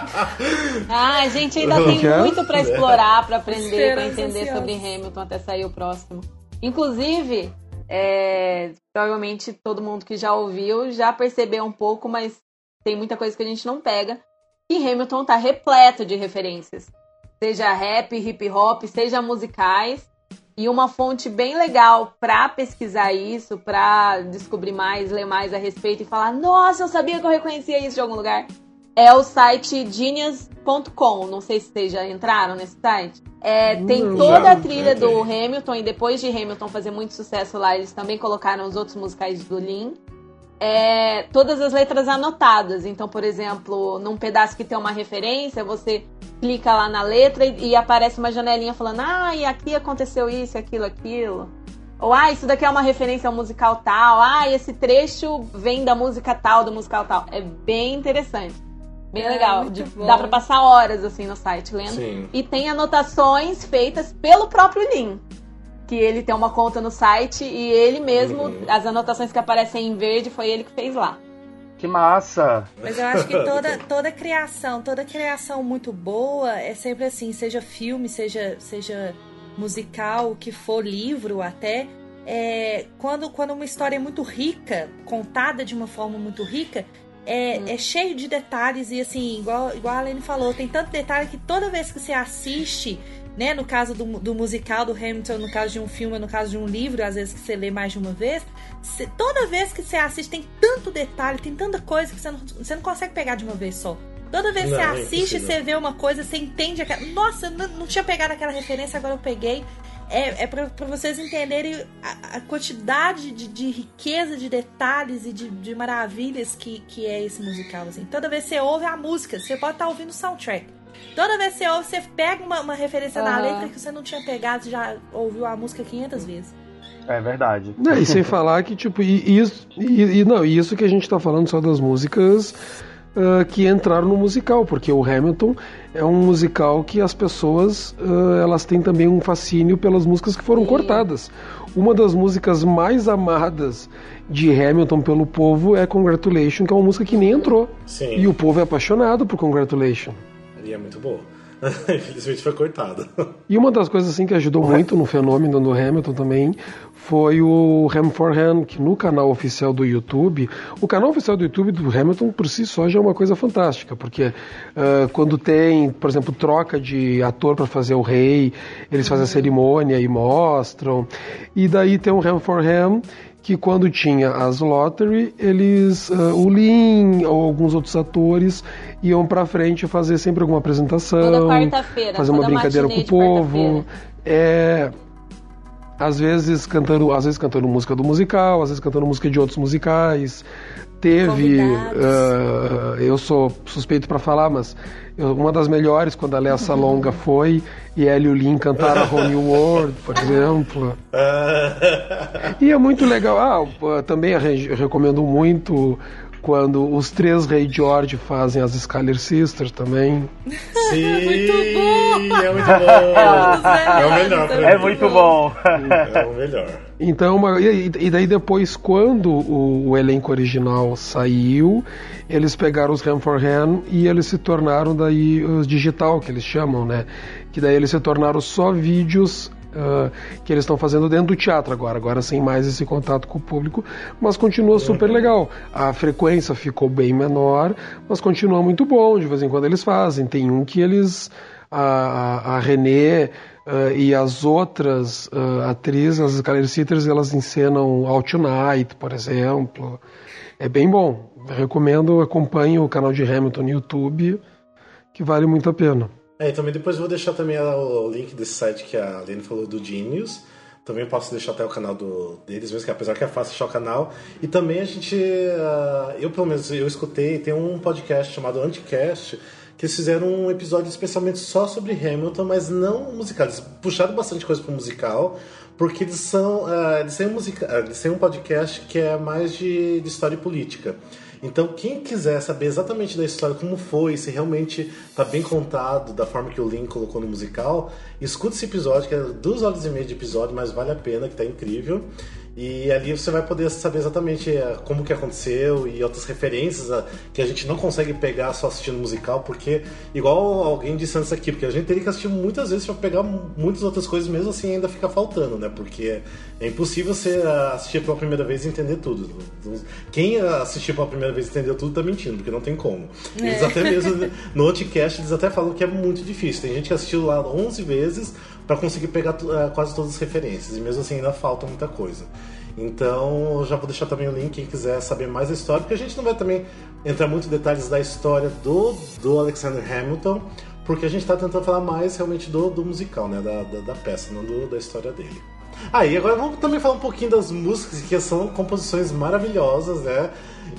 A gente ainda tem muito pra explorar, pra aprender, pra entender sobre Hamilton até sair o próximo. Inclusive... provavelmente todo mundo que já ouviu já percebeu um pouco, mas tem muita coisa que a gente não pega. E Hamilton tá repleto de referências, seja rap, hip hop, seja musicais, e uma fonte bem legal pra pesquisar isso, pra descobrir mais, ler mais a respeito e falar, nossa, eu sabia que eu reconhecia isso de algum lugar, é o site genius.com. Não sei se vocês já entraram nesse site. Tem toda a trilha do Hamilton, e depois de Hamilton fazer muito sucesso lá, eles também colocaram os outros musicais do Lin. Todas as letras anotadas. Então, por exemplo, num pedaço que tem uma referência, você clica lá na letra e aparece uma janelinha falando, e aqui aconteceu isso, aquilo. Ou, isso daqui é uma referência ao musical tal. Esse trecho vem da música tal, do musical tal. É bem interessante. Bem legal. Dá pra passar horas assim no site lendo. Sim. E tem anotações feitas pelo próprio Lin. Que ele tem uma conta no site e ele mesmo, as anotações que aparecem em verde, foi ele que fez lá. Que massa! Mas eu acho que toda criação muito boa é sempre assim, seja filme, seja musical, o que for, livro até. Quando uma história é muito rica, contada de uma forma muito rica, é cheio de detalhes e assim, igual a Aline falou, tem tanto detalhe que toda vez que você assiste, né, no caso do musical do Hamilton, no caso de um filme, no caso de um livro, às vezes que você lê mais de uma vez, toda vez que você assiste tem tanto detalhe, tem tanta coisa que você não consegue pegar de uma vez só. Toda vez que você assiste, você vê uma coisa, você entende aquela... Nossa, não tinha pegado aquela referência, agora eu peguei. É pra vocês entenderem a quantidade de riqueza, de detalhes e de maravilhas que é esse musical, assim. Toda vez que você ouve a música, você pode estar ouvindo o soundtrack. Toda vez que você ouve, você pega uma referência na letra que você não tinha pegado, já ouviu a música 500 vezes. É verdade. E sem falar que, tipo, isso que a gente tá falando só das músicas que entraram no musical, porque o Hamilton é um musical que as pessoas elas têm também um fascínio pelas músicas que foram cortadas. Uma das músicas mais amadas de Hamilton pelo povo é Congratulations, que é uma música que nem entrou. Sim. E o povo é apaixonado por Congratulations. E é muito boa. Infelizmente foi cortada. E uma das coisas assim que ajudou muito no fenômeno do Hamilton também foi o Ham for Ham, que no canal oficial do YouTube, o canal oficial do YouTube do Hamilton por si só já é uma coisa fantástica, porque quando tem, por exemplo, troca de ator para fazer o rei, eles fazem a cerimônia e mostram, e daí tem o Ham for Ham, que quando tinha as lottery, eles, o Lin ou alguns outros atores iam pra frente fazer sempre alguma apresentação, toda quarta-feira, fazer uma brincadeira com o povo, às vezes cantando música do musical, às vezes cantando música de outros musicais. Teve, eu sou suspeito pra falar, mas uma das melhores quando a Léa Salonga foi e ela e o Lin cantaram a Whole New World, por exemplo. E é muito legal. Também eu recomendo muito quando os 3 Rei George fazem as Schuyler Sisters também. Sim, muito bom! É muito bom! É o melhor. É muito bom! É o melhor. Então, e daí depois, quando o elenco original saiu, eles pegaram os Ham for Ham e eles se tornaram daí os digital, que eles chamam, né? Que daí eles se tornaram só vídeos que eles estão fazendo dentro do teatro agora sem mais esse contato com o público, mas continua super legal. A frequência ficou bem menor, mas continua muito bom, de vez em quando eles fazem. Tem um que eles, a Renée e as outras atrizes, as Schuyler Sisters, elas encenam All Tonight, por exemplo. É bem bom. Eu recomendo, acompanhe o canal de Hamilton no YouTube, que vale muito a pena. E também depois eu vou deixar também o link desse site que a Lene falou do Genius. Também posso deixar até o canal deles mesmo, que apesar que é fácil achar o canal. E também a gente, eu pelo menos, eu escutei, tem um podcast chamado Anticast, que eles fizeram um episódio especialmente só sobre Hamilton, mas não musical. Eles puxaram bastante coisa pro musical, porque eles têm um podcast que é mais de história e política. Então, quem quiser saber exatamente da história, como foi, se realmente está bem contado, da forma que o Lin colocou no musical, escuta esse episódio, que é 2 horas e meia de episódio, mas vale a pena, que está incrível. E ali você vai poder saber exatamente como que aconteceu e outras referências que a gente não consegue pegar só assistindo musical, porque, igual alguém disse antes aqui, porque a gente teria que assistir muitas vezes para pegar muitas outras coisas, mesmo assim ainda fica faltando, né? Porque é impossível você assistir pela primeira vez e entender tudo. Quem assistiu pela primeira vez e entendeu tudo tá mentindo, porque não tem como. Eles até mesmo, no Outcast, eles até falam que é muito difícil. Tem gente que assistiu lá 11 vezes para conseguir pegar quase todas as referências, e mesmo assim ainda falta muita coisa. Então, eu já vou deixar também o link, quem quiser saber mais da história, porque a gente não vai também entrar muito em detalhes da história do Alexander Hamilton, porque a gente está tentando falar mais realmente do musical, né, da peça, não da história dele. E agora vamos também falar um pouquinho das músicas, que são composições maravilhosas, né,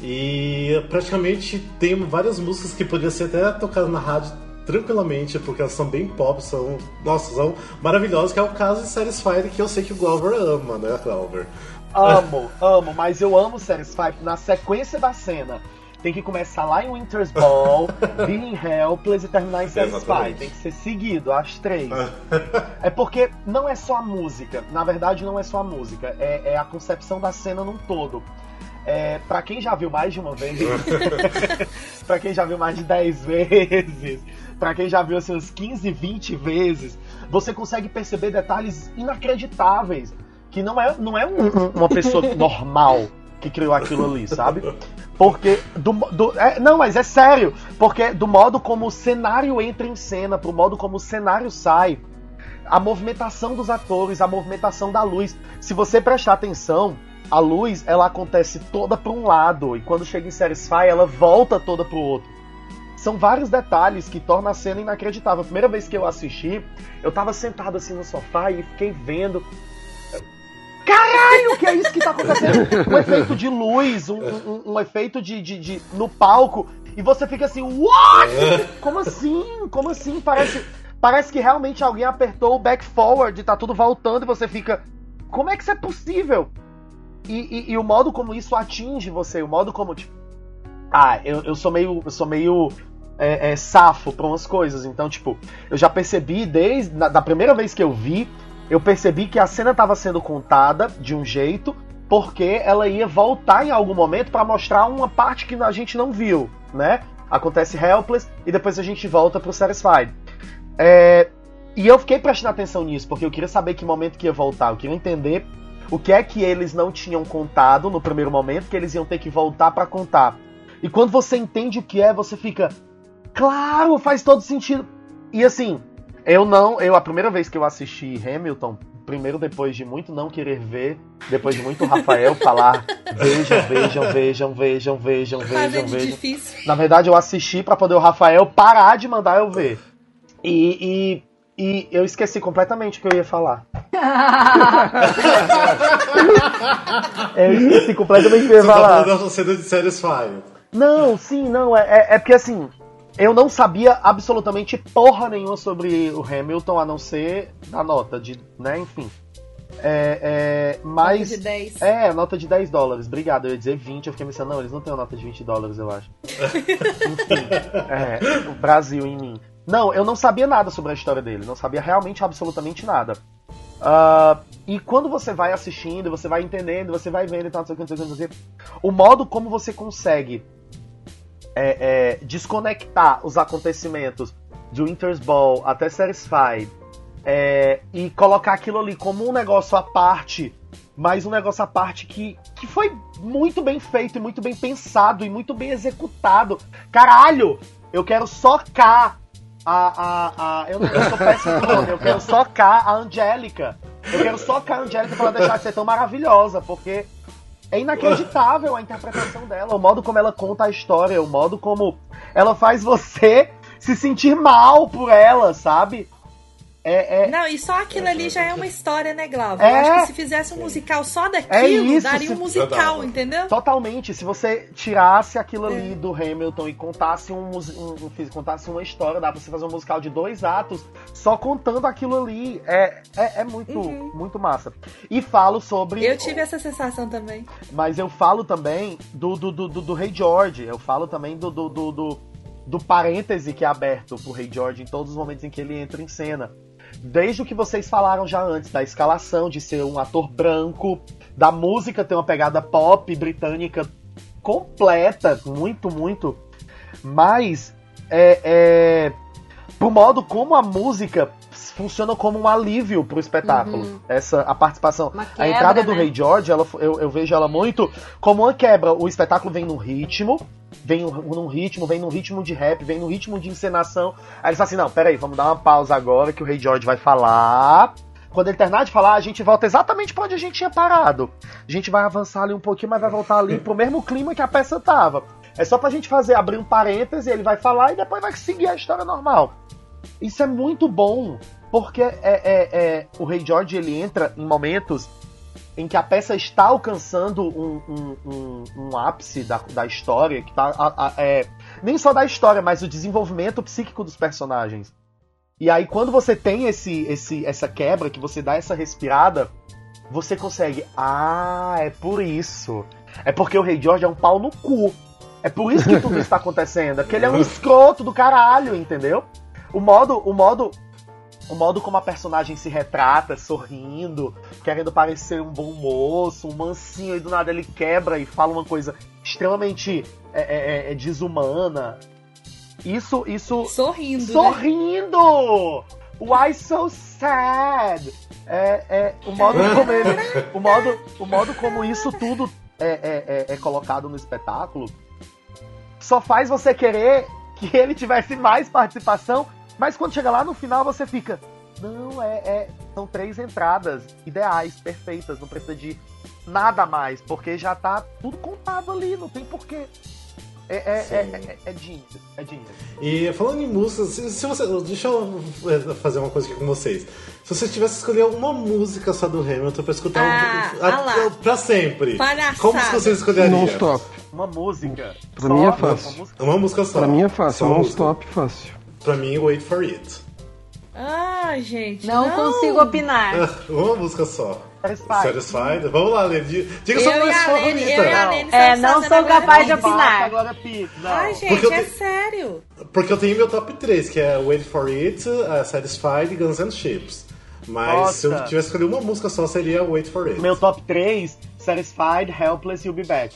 e praticamente tem várias músicas que poderiam ser até tocadas na rádio tranquilamente, porque elas são bem pop, são maravilhosas, que é o caso de Satisfied, que eu sei que o Glauber ama, né, Glauber? Amo, mas eu amo Satisfied na sequência da cena. Tem que começar lá em Winter's Ball, Being Helpless e terminar em Satisfied. Tem que ser seguido, as 3. É porque não é só a música, na verdade não é só a música, é a concepção da cena num todo. Pra quem já viu mais de uma vez, pra quem já viu mais de 10 vezes, pra quem já viu assim, uns 15, 20 vezes, você consegue perceber detalhes inacreditáveis, que não é uma pessoa normal que criou aquilo ali, sabe? Porque não, mas é sério, porque do modo como o cenário entra em cena, pro modo como o cenário sai, a movimentação dos atores, a movimentação da luz. Se você prestar atenção, a luz, ela acontece toda para um lado, e quando chega em Satisfy, ela volta toda pro outro. São vários detalhes que tornam a cena inacreditável. A primeira vez que eu assisti, eu tava sentado assim no sofá e fiquei vendo. Caralho, que é isso que tá acontecendo? Um efeito de luz, um efeito de no palco, e você fica assim, what? Como assim? Como assim? Parece que realmente alguém apertou o back forward e tá tudo voltando, e você fica, como é que isso é possível? E o modo como isso atinge você, o modo como, tipo, eu sou meio safo pra umas coisas, então, tipo, eu já percebi da primeira vez que eu vi, eu percebi que a cena estava sendo contada de um jeito, porque ela ia voltar em algum momento pra mostrar uma parte que a gente não viu, né? Acontece Helpless e depois a gente volta pro Satisfied. E eu fiquei prestando atenção nisso, porque eu queria saber que momento que ia voltar, eu queria entender o que é que eles não tinham contado no primeiro momento, que eles iam ter que voltar pra contar. E quando você entende o que é, você fica, claro, faz todo sentido. E assim, a primeira vez que eu assisti Hamilton, primeiro depois de muito não querer ver, depois de muito Rafael falar, vejam. Difícil. Na verdade, eu assisti pra poder o Rafael parar de mandar eu ver. E eu esqueci completamente o que eu ia falar. Eu esqueci completamente o que eu ia falar. Você tá falando da cena de Satisfy. Não, sim, não. É porque assim, eu não sabia absolutamente porra nenhuma sobre o Hamilton, a não ser a nota de, né, enfim. Mas, nota de 10. Nota de $10. Obrigado, eu ia dizer 20, eu fiquei pensando, não, eles não têm uma nota de $20, eu acho. Enfim, o Brasil em mim. Não, eu não sabia nada sobre a história dele, não sabia realmente absolutamente nada. E quando você vai assistindo, você vai entendendo, você vai vendo e tal, não sei o que, o modo como você consegue desconectar os acontecimentos de Winter's Ball até Satisfied e colocar aquilo ali como um negócio à parte, mas um negócio à parte que foi muito bem feito e muito bem pensado e muito bem executado. Caralho! Eu quero socar eu sou péssimo com nome, eu quero socar a Angélica. Eu quero socar a Angélica pra ela deixar de ser tão maravilhosa, porque é inacreditável a interpretação dela, o modo como ela conta a história, o modo como ela faz você se sentir mal por ela, sabe? Não, e só aquilo ali já é uma história, né, Glauber? Eu acho que se fizesse um musical só daquilo, daria um musical, entendeu? Totalmente. Se você tirasse aquilo ali do Hamilton e contasse contasse uma história, dá pra você fazer um musical de 2 atos só contando aquilo ali. É muito massa. E falo sobre... Eu tive essa sensação também. Mas eu falo também do Rei George. Eu falo também do parêntese que é aberto pro Rei George em todos os momentos em que ele entra em cena. Desde o que vocês falaram já antes, da escalação, de ser um ator branco, da música ter uma pegada pop britânica completa, muito. Mas, pro modo como a música funciona como um alívio pro espetáculo. A participação. Quebra, a entrada do né? Rei George, eu vejo ela muito como uma quebra. O espetáculo vem num ritmo, vem num ritmo de rap, vem num ritmo de encenação. Aí eles falam assim, não, peraí, vamos dar uma pausa agora que o Rei George vai falar. Quando ele terminar de falar, a gente volta exatamente pra onde a gente tinha parado. A gente vai avançar ali um pouquinho, mas vai voltar ali pro mesmo clima que a peça tava. É só pra gente abrir um parêntese, ele vai falar e depois vai seguir a história normal. Isso é muito bom, porque o Rei George, ele entra em momentos em que a peça está alcançando um ápice da história, que tá nem só da história, mas o desenvolvimento psíquico dos personagens. E aí, quando você tem essa quebra, que você dá essa respirada, você consegue... é por isso. É porque o Rei George é um pau no cu. É por isso que tudo isso tá acontecendo. É porque ele é um escroto do caralho, entendeu? O modo como a personagem se retrata, sorrindo, querendo parecer um bom moço, um mansinho, e do nada ele quebra e fala uma coisa extremamente desumana. Isso... Sorrindo, Sorrindo! Né? Why so sad? O modo como ele... O modo como isso tudo é colocado no espetáculo só faz você querer que ele tivesse mais participação, mas quando chega lá no final você fica... Não, são 3 entradas ideais, perfeitas, não precisa de nada mais, porque já tá tudo contado ali, não tem porquê. É genius. E falando em músicas, se você, deixa eu fazer uma coisa aqui com vocês. Se você tivesse que escolher uma música só do Hamilton pra escutar pra sempre, palhaçada. como que vocês escolheriam? Non-stop. Uma música. Pra mim é fácil. Uma música só. Pra mim é fácil, Só non-stop fácil. Pra mim, Wait For It. Gente, Não consigo opinar. Uma música só. Satisfied. Vamos lá, Lê. Diga Eu sua e música a Lene favorita. não sou capaz de opinar. Agora Pi. Não. Ai, gente, Porque eu é te- sério. Porque eu tenho meu top 3, que é Wait For It, Satisfied e Guns N' Chips. Mas se eu Nossa. tivesse escolhido uma música só, seria Wait For It. Meu top 3, Satisfied, Helpless e You'll Be Back.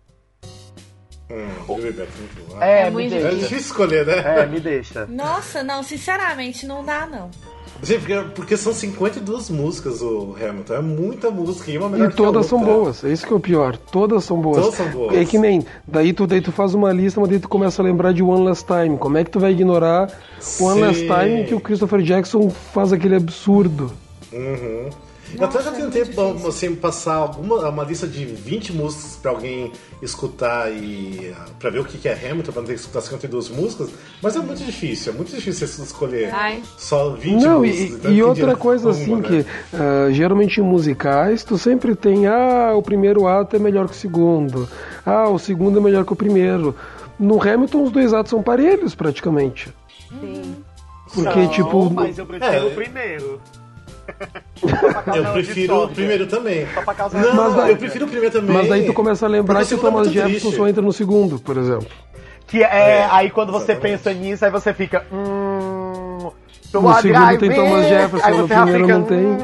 We'll Be Back, muito bom. Me muito deixa. É difícil escolher, né? Me deixa. Nossa, não, sinceramente, não dá, não. Gente, porque são 52 músicas o Hamilton. É muita música e uma melhor E que a todas outra. são boas, é isso que é o pior. Todas são boas. Todas são boas. É que nem, daí tu faz uma lista, mas daí tu começa a lembrar de One Last Time. Como é que tu vai ignorar One Last Sim. Time que o Christopher Jackson faz aquele absurdo? Uhum. Eu até já tentei assim, passar uma lista de 20 músicas pra alguém escutar e pra ver o que é Hamilton, pra não ter que escutar 52 músicas, mas é muito difícil você escolher Ai. só 20 Não, músicas. Então e eu outra pedi coisa uma, assim, né? que geralmente em musicais tu sempre tem, o primeiro ato é melhor que o segundo, o segundo é melhor que o primeiro. No Hamilton os 2 atos são parelhos praticamente. Sim. Porque, Não, tipo, mas eu prefiro o primeiro. Eu prefiro o primeiro também. Só pra causar Não, Mas daí- eu prefiro o primeiro também. mas daí tu começa a lembrar Porque que o segundo é Thomas muito Jefferson triste. só entra no segundo, por exemplo. Que aí quando você exatamente. pensa nisso, aí você fica. No segundo tem Thomas Jefferson, Aí no você já primeiro fica, não tem.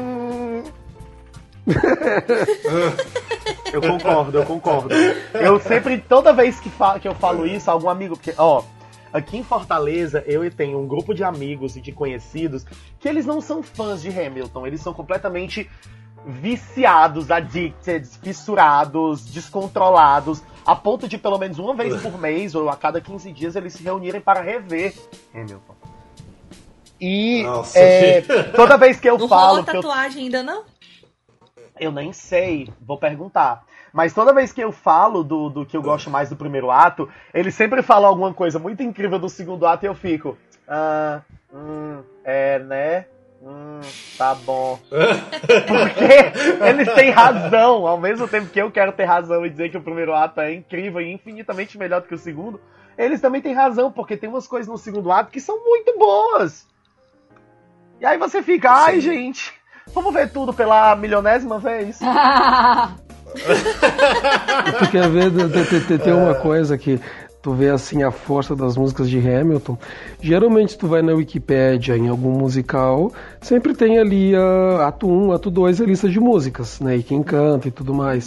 Eu concordo. Eu sempre, toda vez que eu falo isso, algum amigo. Porque, aqui em Fortaleza, eu tenho um grupo de amigos e de conhecidos que eles não são fãs de Hamilton, eles são completamente viciados, addicted, fissurados, descontrolados, a ponto de pelo menos uma vez por mês ou a cada 15 dias eles se reunirem para rever Hamilton. E Nossa, toda vez que eu Não falo rolou que eu tatuagem ainda, não? Eu nem sei, vou perguntar. Mas toda vez que eu falo do que eu gosto mais do primeiro ato, ele sempre fala alguma coisa muito incrível do segundo ato e eu fico. Né? Tá bom. Porque eles têm razão. Ao mesmo tempo que eu quero ter razão e dizer que o primeiro ato é incrível e infinitamente melhor do que o segundo, eles também têm razão, porque tem umas coisas no segundo ato que são muito boas. E aí você fica, ai gente, vamos ver tudo pela milionésima vez. Tu quer ver, tem uma coisa que tu vê assim a força das músicas de Hamilton. Geralmente tu vai na Wikipédia, em algum musical, sempre tem ali ato 1, ato 2, a lista de músicas, né? E quem canta e tudo mais.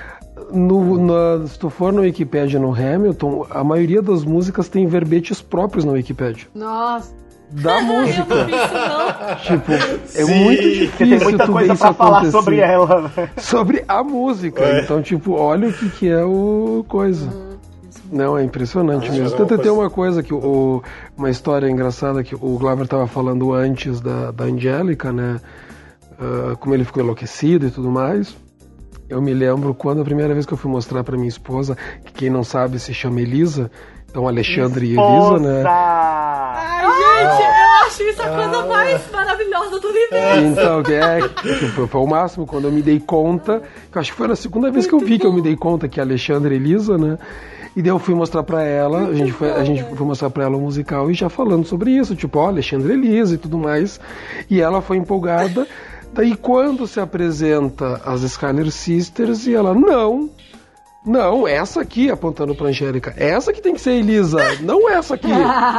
Se tu for na Wikipédia no Hamilton, a maioria das músicas tem verbetes próprios na Wikipédia. Nossa. Da música. Eu não vi isso, não. Tipo, é Sim, muito Porque difícil tem muita tu ver coisa isso pra falar acontecer. sobre ela, né? Sobre a música. Então, tipo, olha o que é o coisa. Não, é impressionante mesmo. Tem uma coisa que uma história engraçada que o Glauber estava falando antes da Angélica, né? Como ele ficou enlouquecido e tudo mais. Eu me lembro quando a primeira vez que eu fui mostrar pra minha esposa, que quem não sabe se chama Elisa, então Alexandre e Elisa, né? Ai, gente, eu acho isso a coisa mais maravilhosa do universo. Então, foi o máximo quando eu me dei conta, que eu acho que foi na segunda vez que eu vi que eu me dei conta que é Alexandre e Elisa, né? E daí eu fui mostrar pra ela, a gente foi mostrar pra ela o musical e já falando sobre isso, tipo, Alexandre e Elisa e tudo mais. E ela foi empolgada. Daí quando se apresenta as Schuyler Sisters e ela, não, essa aqui, apontando pra Angélica, essa que tem que ser Elisa, não essa aqui.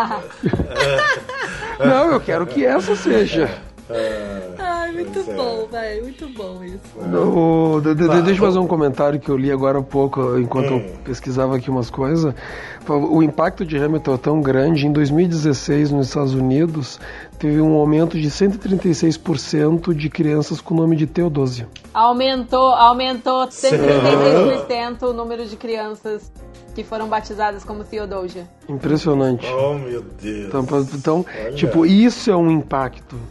Não, eu quero que essa seja. Ai, muito bom, velho, muito bom isso. Deixa eu fazer um comentário que eu li agora há pouco, enquanto eu pesquisava aqui umas coisas. O impacto de Hamilton é tão grande. Em 2016, nos Estados Unidos, teve um aumento de 136% de crianças com o nome de Teodósia. Aumentou 136% o número de crianças que foram batizadas como Theodosia. Impressionante. Oh, meu Deus. Então tipo, isso é um impacto.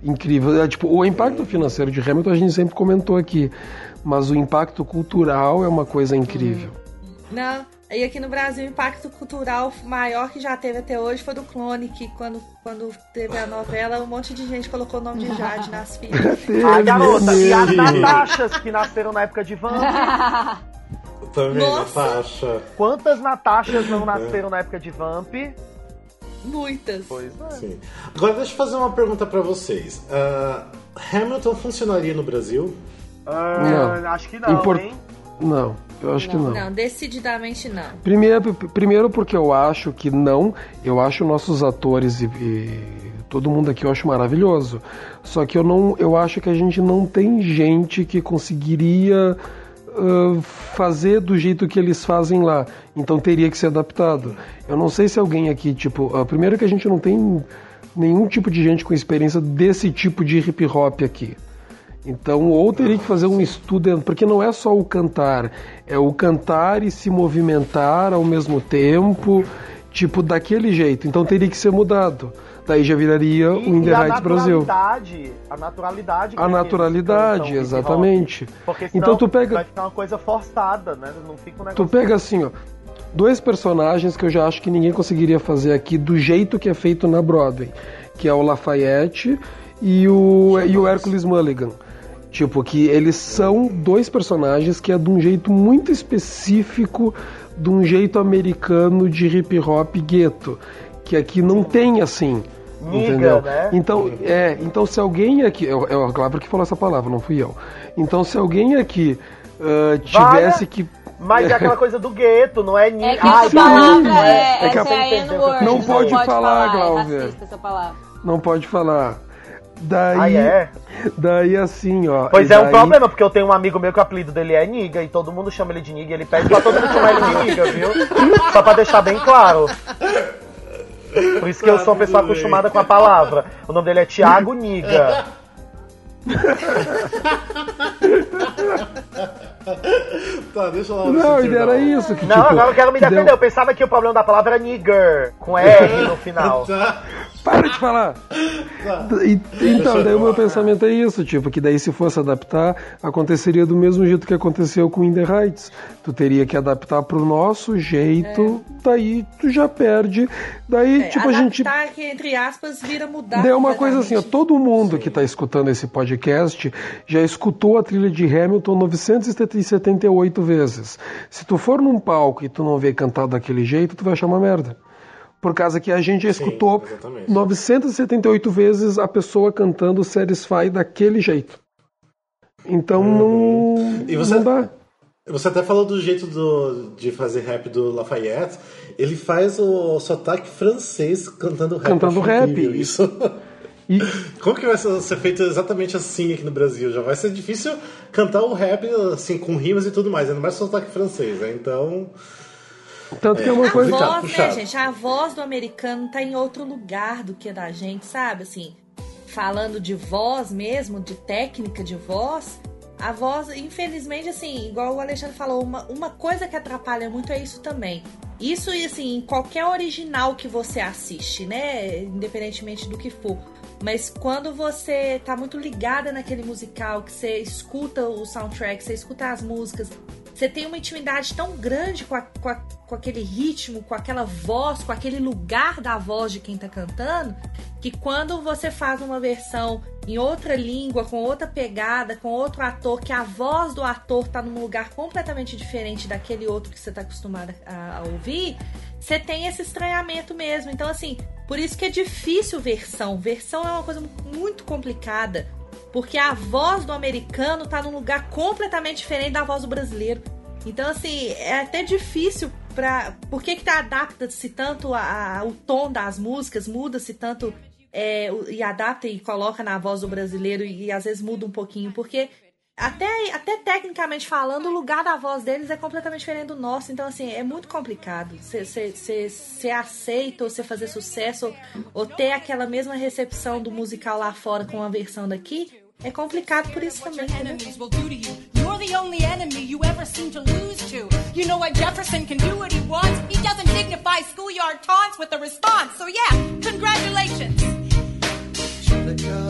incrível. Tipo, o impacto financeiro de Hamilton a gente sempre comentou aqui, mas o impacto cultural é uma coisa incrível. Não, e aqui no Brasil o impacto cultural maior que já teve até hoje foi do Clone, que quando teve a novela, um monte de gente colocou o nome de Jade nas filhas. Ai, garota, e as Natashas que nasceram na época de Vamp? Também, Nossa. Natasha. Quantas Natashas não nasceram na época de Vamp? Muitas. Pois é. Sim. Agora deixa eu fazer uma pergunta pra vocês. Hamilton funcionaria no Brasil? Não. Acho que não, hein? Não, eu acho que não. Não, decididamente não. Primeiro porque eu acho que não. Eu acho nossos atores e todo mundo aqui eu acho maravilhoso. Só que eu acho que a gente não tem gente que conseguiria fazer do jeito que eles fazem lá. Então teria que ser adaptado. Eu não sei se alguém aqui, primeiro que a gente não tem nenhum tipo de gente com experiência desse tipo de hip hop aqui. Então, ou teria que fazer um estudo, porque não é só o cantar, é o cantar e se movimentar ao mesmo tempo, daquele jeito. Então teria que ser mudado. Daí já viraria o In The Heights Brasil. A naturalidade. A naturalidade, exatamente. Porque senão então tu pega, vai ficar uma coisa forçada, né? Não fica um negócio... Tu pega assim, ó, 2 personagens que eu já acho que ninguém conseguiria fazer aqui do jeito que é feito na Broadway, que é o Lafayette e o Hercules Mulligan. Que eles são 2 personagens que é de um jeito muito específico, de um jeito americano de hip hop gueto, que aqui não tem assim. Entendeu? Né? Então se alguém aqui, eu claro que falou essa palavra, não fui eu. Então se alguém aqui tivesse que... Mas é aquela coisa do gueto, não é niga. É que essa palavra é N-word. Não pode falar, Glauber. É racista essa palavra. Não pode falar. Daí assim, ó. Pois é um problema, porque eu tenho um amigo meu que o apelido dele é Niga e todo mundo chama ele de Niga e ele pede pra todo mundo chamar ele de Niga, viu? Só pra deixar bem claro. Por isso que eu sou uma pessoa acostumada com a palavra. O nome dele é Thiago Niga. Tá, deixa lá. Não, era isso. Não, agora eu quero me defender. Eu pensava que o problema da palavra era nigger, com R no final. Para de falar! Então, daí o meu pensamento é isso, que daí se fosse adaptar, aconteceria do mesmo jeito que aconteceu com In The Heights. Tu teria que adaptar pro nosso jeito, daí tu já perde. Daí, adaptar, a gente... que, entre aspas, vira mudar. Daí é uma coisa assim, ó, todo mundo que tá escutando esse podcast já escutou a trilha de Hamilton 978 vezes. Se tu for num palco e tu não vê cantar daquele jeito, tu vai achar uma merda. Por causa que a gente já escutou 978 vezes a pessoa cantando Satisfy daquele jeito. Então não dá. Você até falou do jeito de fazer rap do Lafayette. Ele faz o sotaque francês cantando rap. Cantando rap. Isso. Como que vai ser feito exatamente assim aqui no Brasil? Já vai ser difícil cantar o rap assim, com rimas e tudo mais. Ainda mais sotaque francês, né? Então... Tanto que é uma coisa... A voz, né, gente? A voz do americano tá em outro lugar do que a da gente, sabe? Assim, falando de voz mesmo, de técnica de voz, a voz, infelizmente, assim, igual o Alexandre falou, uma coisa que atrapalha muito é isso também. Isso, assim, em qualquer original que você assiste, né? Independentemente do que for. Mas quando você tá muito ligada naquele musical, que você escuta o soundtrack, você escuta as músicas, você tem uma intimidade tão grande com aquele ritmo, com aquela voz, com aquele lugar da voz de quem tá cantando, que quando você faz uma versão em outra língua, com outra pegada, com outro ator, que a voz do ator tá num lugar completamente diferente daquele outro que você tá acostumado a ouvir, você tem esse estranhamento mesmo. Então, assim, por isso que é difícil versão. Versão é uma coisa muito complicada, porque a voz do americano tá num lugar completamente diferente da voz do brasileiro. Então, assim, é até difícil pra... Por que adapta-se tanto o tom das músicas, muda-se tanto e adapta e coloca na voz do brasileiro e às vezes muda um pouquinho, porque até tecnicamente falando, o lugar da voz deles é completamente diferente do nosso. Então, assim, é muito complicado você aceita ou você fazer sucesso ou ter aquela mesma recepção do musical lá fora com a versão daqui. É complicado por isso também, né? You're the only enemy you ever seem to lose to. You know what, Jefferson can do what he wants. He doesn't dignify schoolyard taunts with a response. So yeah, congratulations.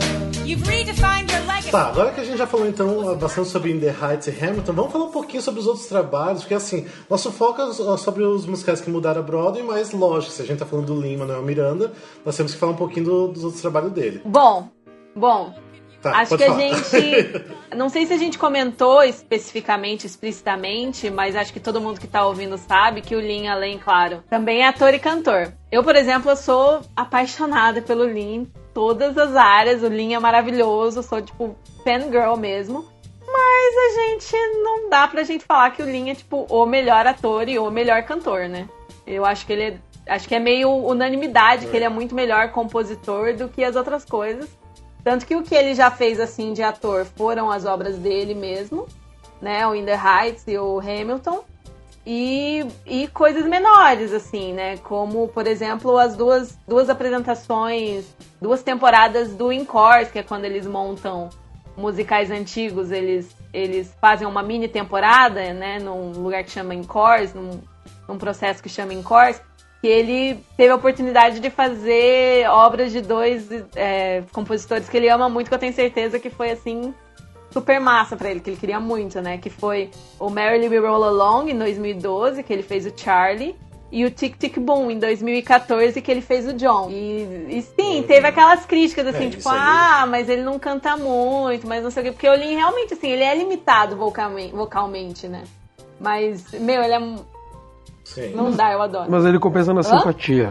You've redefined your legacy. Tá, agora que a gente já falou então bastante sobre In the Heights e Hamilton, vamos falar um pouquinho sobre os outros trabalhos, porque assim, nosso foco é sobre os musicais que mudaram a Broadway, mas lógico, se a gente tá falando do Lin-Manuel Miranda, nós temos que falar um pouquinho dos outros trabalhos dele. Bom. Tá, acho que falar. A gente... Não sei se a gente comentou especificamente, explicitamente, mas acho que todo mundo que tá ouvindo sabe que o Lin, além, claro, também é ator e cantor. Eu, por exemplo, eu sou apaixonada pelo Lin, todas as áreas, o Lin é maravilhoso, eu sou, tipo, fangirl mesmo. Mas a gente não dá pra gente falar que o Lin é, tipo, o melhor ator e o melhor cantor, né? Eu acho que ele é... Acho que é meio unanimidade que ele é muito melhor compositor do que as outras coisas. Tanto que o que ele já fez, assim, de ator foram as obras dele mesmo, né? O In the Heights e o Hamilton. E coisas menores, assim, né? Como, por exemplo, as duas apresentações, 2 temporadas do Encores, que é quando eles montam musicais antigos, eles fazem uma mini temporada, né? Num lugar que chama Encores, num processo que chama Encores. Que ele teve a oportunidade de fazer obras de 2 compositores que ele ama muito, que eu tenho certeza que foi, assim, super massa pra ele, que ele queria muito, né? Que foi o Merrily We Roll Along, em 2012, que ele fez o Charlie, e o Tic Tic Boom, em 2014, que ele fez o John. E sim, teve aquelas críticas, assim, tipo, mas ele não canta muito, mas não sei o quê. Porque o Lin, realmente, assim, ele é limitado vocalmente, né? Mas, meu, ele é... Sim. Não dá, eu adoro. Mas ele compensa na simpatia.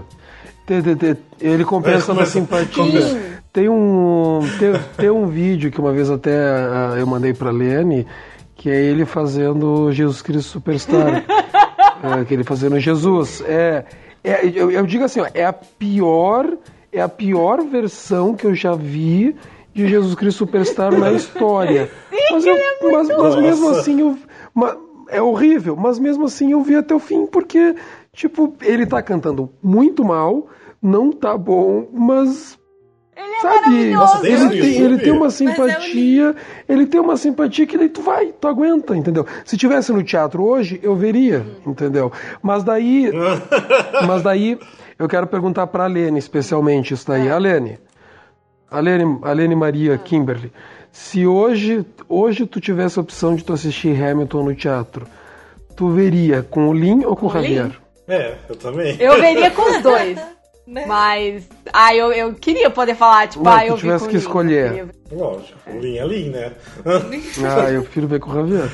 Ele compensa na simpatia. Tem um vídeo que uma vez até eu mandei pra Lene, que é ele fazendo Jesus Cristo Superstar. Que ele fazendo Jesus. Eu digo assim, ó, é a pior versão que eu já vi de Jesus Cristo Superstar na história. Sim, mas mesmo assim é horrível, mas mesmo assim eu vi até o fim, porque, tipo, ele tá cantando muito mal, não tá bom, mas... Ele é maravilhoso. Ele tem uma simpatia, que daí tu aguenta, entendeu? Se tivesse no teatro hoje, eu veria, entendeu? Mas daí eu quero perguntar pra Lene, especialmente isso daí. A Lene Maria Kimberly. Se hoje tu tivesse a opção de tu assistir Hamilton no teatro, tu veria com o Lin ou com o Javier? Eu também. Eu veria com os dois. Mas, eu queria poder falar, tipo, eu vi com o Lin. Se tivesse que escolher. Lógico, o Lin é Lin, né? Eu prefiro ver com o Javier.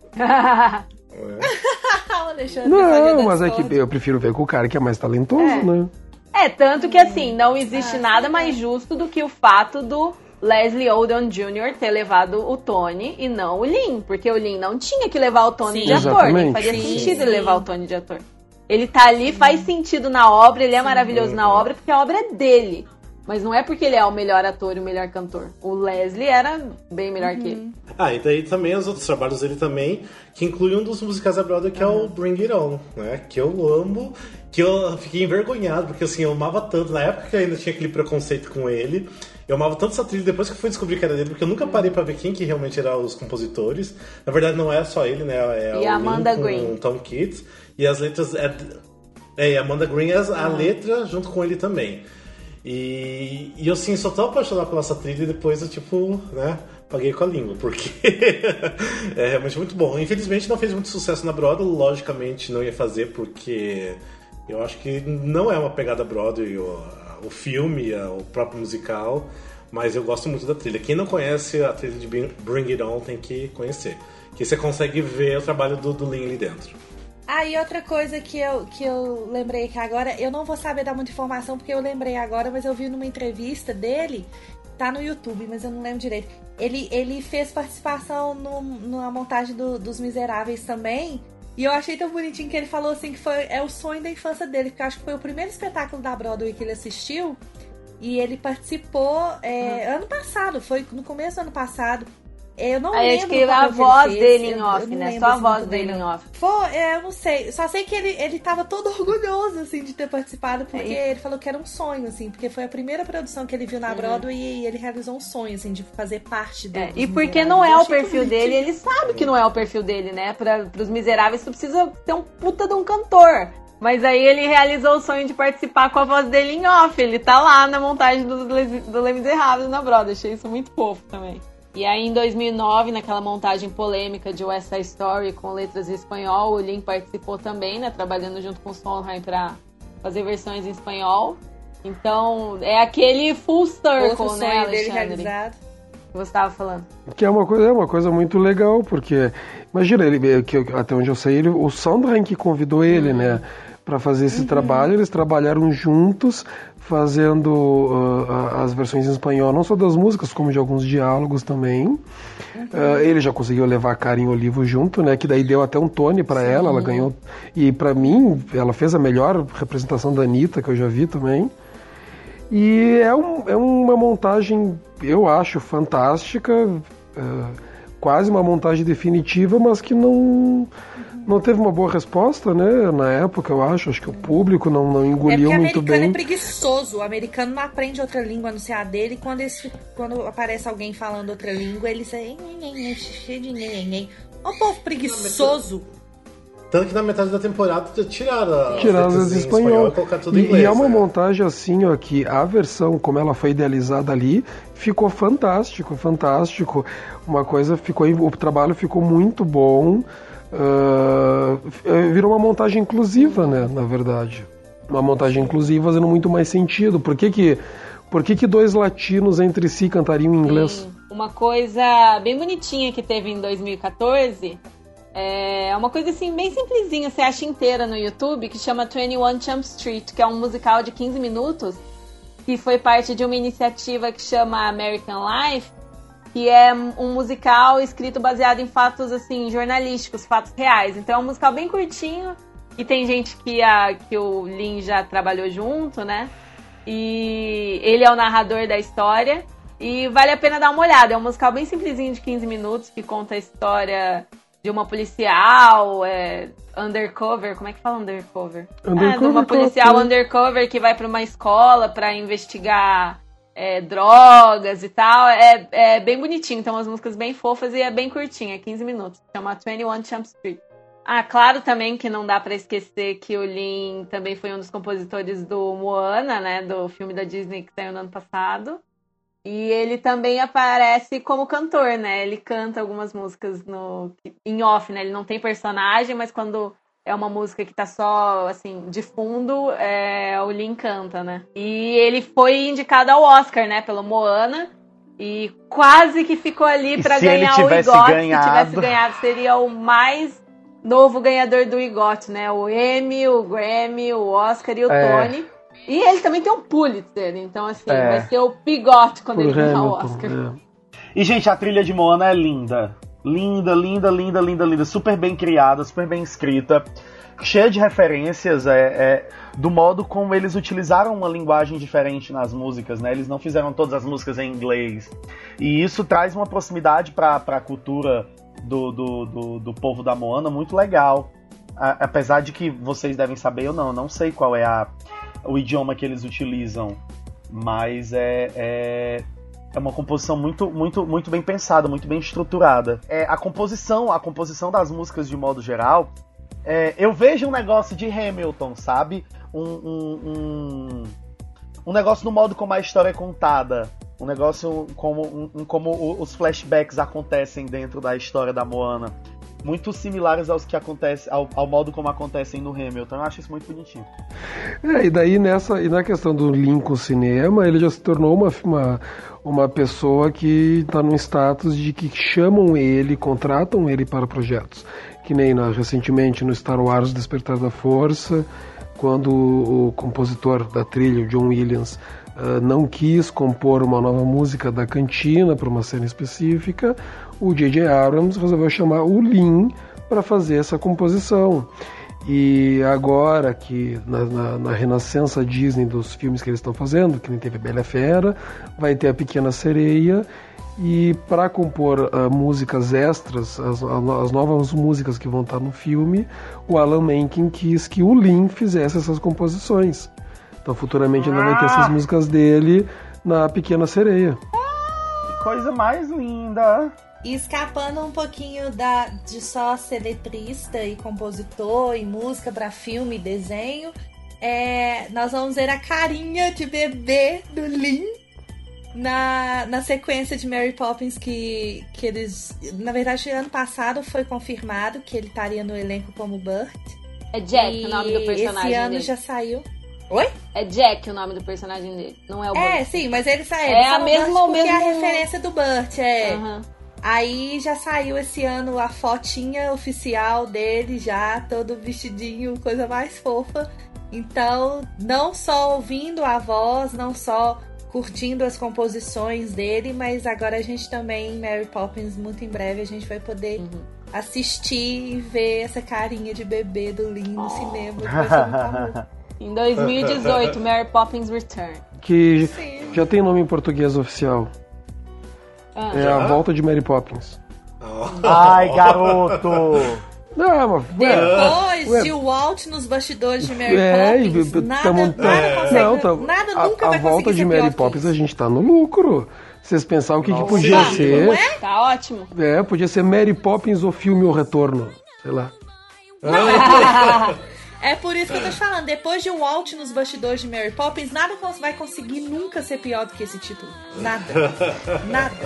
Não, mas é que eu prefiro ver com o cara que é mais talentoso, né? Tanto que, assim, não existe nada mais justo do que o fato do Leslie Odom Jr. ter levado o Tony e não o Lin, porque o Lin não tinha que levar o Tony de ator, nem faria sentido ele levar o Tony de ator. Ele tá ali, faz sentido na obra, ele é maravilhoso na obra, porque a obra é dele. Mas não é porque ele é o melhor ator e o melhor cantor. O Leslie era bem melhor que ele. E daí também os outros trabalhos dele também, que inclui um dos musicais da Broadway, que é o Bring It On, né? Que eu amo, que eu fiquei envergonhado, porque assim, eu amava tanto, na época que eu ainda tinha aquele preconceito com ele, eu amava tanto essa trilha, depois que eu fui descobrir que era dele, porque eu nunca parei pra ver quem que realmente eram os compositores. Na verdade não é só ele, né? É e o Amanda Lin Green. Com o Tom Kitts, e as letras... E a Amanda Green é a letra junto com ele também. E eu, assim, sou tão apaixonado pela essa trilha e depois eu, tipo, né, paguei com a língua, porque é realmente muito bom. Infelizmente não fez muito sucesso na Broadway, logicamente não ia fazer, porque eu acho que não é uma pegada Broadway, o filme, o próprio musical, mas eu gosto muito da trilha. Quem não conhece a trilha de Bring It On tem que conhecer, que você consegue ver o trabalho do Lin ali dentro. E outra coisa que eu lembrei que agora, eu não vou saber dar muita informação porque eu lembrei agora, mas eu vi numa entrevista dele, tá no YouTube, mas eu não lembro direito. Ele fez participação na montagem dos Miseráveis também, e eu achei tão bonitinho que ele falou assim que é o sonho da infância dele, porque eu acho que foi o primeiro espetáculo da Broadway que ele assistiu, e ele participou ano passado, foi no começo do ano passado. Eu não lembro. Acho que a voz dele em off, né? Só a voz dele em off. Eu não sei. Só sei que ele tava todo orgulhoso, assim, de ter participado, porque ele falou que era um sonho, assim, porque foi a primeira produção que ele viu na Broadway e ele realizou um sonho, assim, de fazer parte do. E porque não é o perfil dele, ele sabe que não é o perfil dele, né? Pros Miseráveis, tu precisa ter um puta de um cantor. Mas aí ele realizou o sonho de participar com a voz dele em off. Ele tá lá na montagem do Les Misérables na Broadway. Achei isso muito fofo também. E aí, em 2009, naquela montagem polêmica de West Side Story com letras em espanhol, o Lin participou também, né? Trabalhando junto com o Sondheim pra fazer versões em espanhol. Então, é aquele full circle, né, Alexandre? Que você estava falando. Que é uma coisa muito legal, porque, imagina, até onde eu sei, o Sondheim que convidou ele, né? Para fazer esse trabalho, eles trabalharam juntos, fazendo as versões em espanhol, não só das músicas, como de alguns diálogos também. Ele já conseguiu levar a Karen Olivo junto, né? Que daí deu até um Tony para ela ganhou. E para mim, ela fez a melhor representação da Anitta que eu já vi também. E é uma montagem, eu acho, fantástica, quase uma montagem definitiva, mas que não teve uma boa resposta, né? Na época, eu acho que o público não engoliu muito bem. O americano é preguiçoso, o americano não aprende outra língua a não ser a dele, e quando aparece alguém falando outra língua, eles cheio de nhenhenhen. Ó, povo preguiçoso. Tanto que na metade da temporada tiraram as em espanhol e colocar tudo em inglês. E é uma montagem assim, ó, que a versão, como ela foi idealizada ali, ficou fantástico. Uma coisa o trabalho ficou muito bom. Virou uma montagem inclusiva, né, na verdade. Uma montagem inclusiva fazendo muito mais sentido. Por que dois latinos entre si cantariam em inglês? Sim. Uma coisa bem bonitinha que teve em 2014... É uma coisa assim, bem simplesinha, você acha inteira no YouTube, que chama 21 Jump Street, que é um musical de 15 minutos, que foi parte de uma iniciativa que chama American Life, que é um musical escrito baseado em fatos assim, jornalísticos, fatos reais. Então é um musical bem curtinho, e tem gente que o Lin já trabalhou junto, né? E ele é o narrador da história, e vale a pena dar uma olhada. É um musical bem simplesinho de 15 minutos, que conta a história de uma policial undercover, como é que fala undercover? De uma policial undercover que vai para uma escola para investigar drogas e tal. É bem bonitinho, então umas músicas bem fofas e é bem curtinha, 15 minutos. Chama 21 Jump Street. Claro também que não dá para esquecer que o Lin também foi um dos compositores do Moana, né, do filme da Disney que saiu no ano passado. E ele também aparece como cantor, né? Ele canta algumas músicas em off, né? Ele não tem personagem, mas quando é uma música que tá só, assim, de fundo, o Lin canta, né? E ele foi indicado ao Oscar, né? Pelo Moana. E quase que ficou ali pra ganhar o EGOT. Se tivesse ganhado, seria o mais novo ganhador do EGOT, né? O Emmy, o Grammy, o Oscar e o Tony. E ele também tem um Pulitzer, então assim, vai ser o Pigote quando ele ganhar o Oscar. E, gente, a trilha de Moana é linda. Linda. Super bem criada, super bem escrita. Cheia de referências do modo como eles utilizaram uma linguagem diferente nas músicas, né? Eles não fizeram todas as músicas em inglês. E isso traz uma proximidade para a cultura do povo da Moana muito legal. Apesar de que vocês devem saber, eu não sei qual é o idioma que eles utilizam, mas é uma composição muito bem pensada, muito bem estruturada. A composição das músicas de modo geral, eu vejo um negócio de Hamilton, sabe? Um negócio no modo como a história é contada, um negócio como os flashbacks acontecem dentro da história da Moana. Muito similares aos que acontecem, ao modo como acontecem no Hamilton. Eu acho isso muito bonitinho. E daí na questão do Lin com o cinema, ele já se tornou uma pessoa que está num status de que chamam ele, contratam ele para projetos. Que nem recentemente no Star Wars Despertar da Força, quando o compositor da trilha, o John Williams, não quis compor uma nova música da Cantina para uma cena específica, o J.J. Abrams resolveu chamar o Lin para fazer essa composição. E agora que na renascença Disney dos filmes que eles estão fazendo, que nem teve a Bela e a Fera, vai ter a Pequena Sereia, e para compor músicas extras, as novas músicas que vão estar no filme, o Alan Menken quis que o Lin fizesse essas composições. Então futuramente ainda vai ter essas músicas dele na Pequena Sereia. Que coisa mais linda! E escapando um pouquinho de só ser letrista e compositor e música pra filme e desenho, nós vamos ver a carinha de bebê do Lin na sequência de Mary Poppins que eles... Na verdade, ano passado foi confirmado que ele estaria no elenco como Bert. É Jack o nome do personagem esse ano dele. já saiu. Oi? É Jack o nome do personagem dele, não é o Bert. Sim, mas ele saiu. É a mesma... Porque é a referência do Bert, Uhum. Aí já saiu esse ano a fotinha oficial dele já, todo vestidinho, coisa mais fofa. Então, não só ouvindo a voz, não só curtindo as composições dele, mas agora a gente também, Mary Poppins, muito em breve, a gente vai poder assistir e ver essa carinha de bebê do Lin no cinema. Que vai ser muito amor. Em 2018, Mary Poppins Return. Que já tem nome em português oficial. É A Volta de Mary Poppins. Ai, garoto! Não, mas... Depois de Walt nos bastidores de Mary Poppins, nada nunca vai A Volta conseguir de ser Mary pior que Poppins, isso. a gente tá no lucro. Vocês pensaram o que podia ser? Não é? Tá ótimo. Podia ser Mary Poppins, o filme O Retorno. Sei lá. Não, é por isso que eu tô te falando. Depois de Walt nos bastidores de Mary Poppins, nada vai conseguir nunca ser pior do que esse título. Nada. Nada.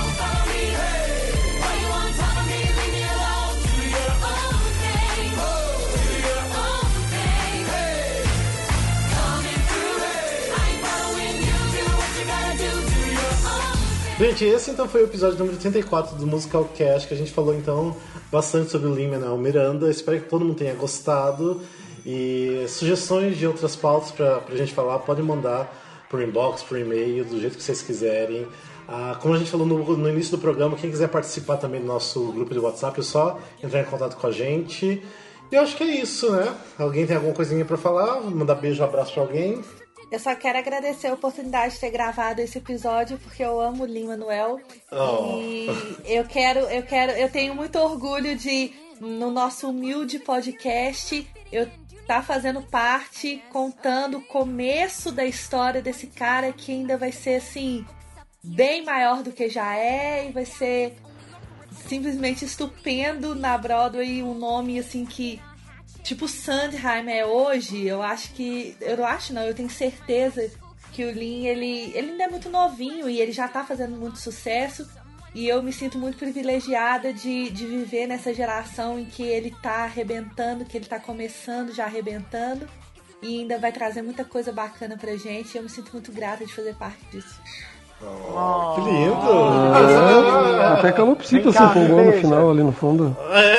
Gente, esse então foi o episódio número 34 do Musical Cast, que a gente falou então bastante sobre o Lin-Manuel Miranda. Espero que todo mundo tenha gostado. E sugestões de outras pautas pra gente falar, podem mandar por inbox, por e-mail, do jeito que vocês quiserem. Como a gente falou no início do programa, quem quiser participar também do nosso grupo de WhatsApp, é só entrar em contato com a gente. E eu acho que é isso, né? Alguém tem alguma coisinha pra falar? Mandar beijo, abraço pra alguém? Eu só quero agradecer a oportunidade de ter gravado esse episódio, porque eu amo o Lin-Manuel. E eu tenho muito orgulho de, no nosso humilde podcast, eu tá fazendo parte, contando o começo da história desse cara que ainda vai ser, assim, bem maior do que já é, e vai ser simplesmente estupendo na Broadway, um nome, assim, que... Tipo, Sondheim é hoje, eu tenho certeza que o Lin, ele ainda é muito novinho e ele já tá fazendo muito sucesso, e eu me sinto muito privilegiada de viver nessa geração em que ele tá arrebentando, que ele tá começando, já arrebentando, e ainda vai trazer muita coisa bacana pra gente, e eu me sinto muito grata de fazer parte disso. Que lindo! Até a Calopsita se empolgou no final, ali no fundo.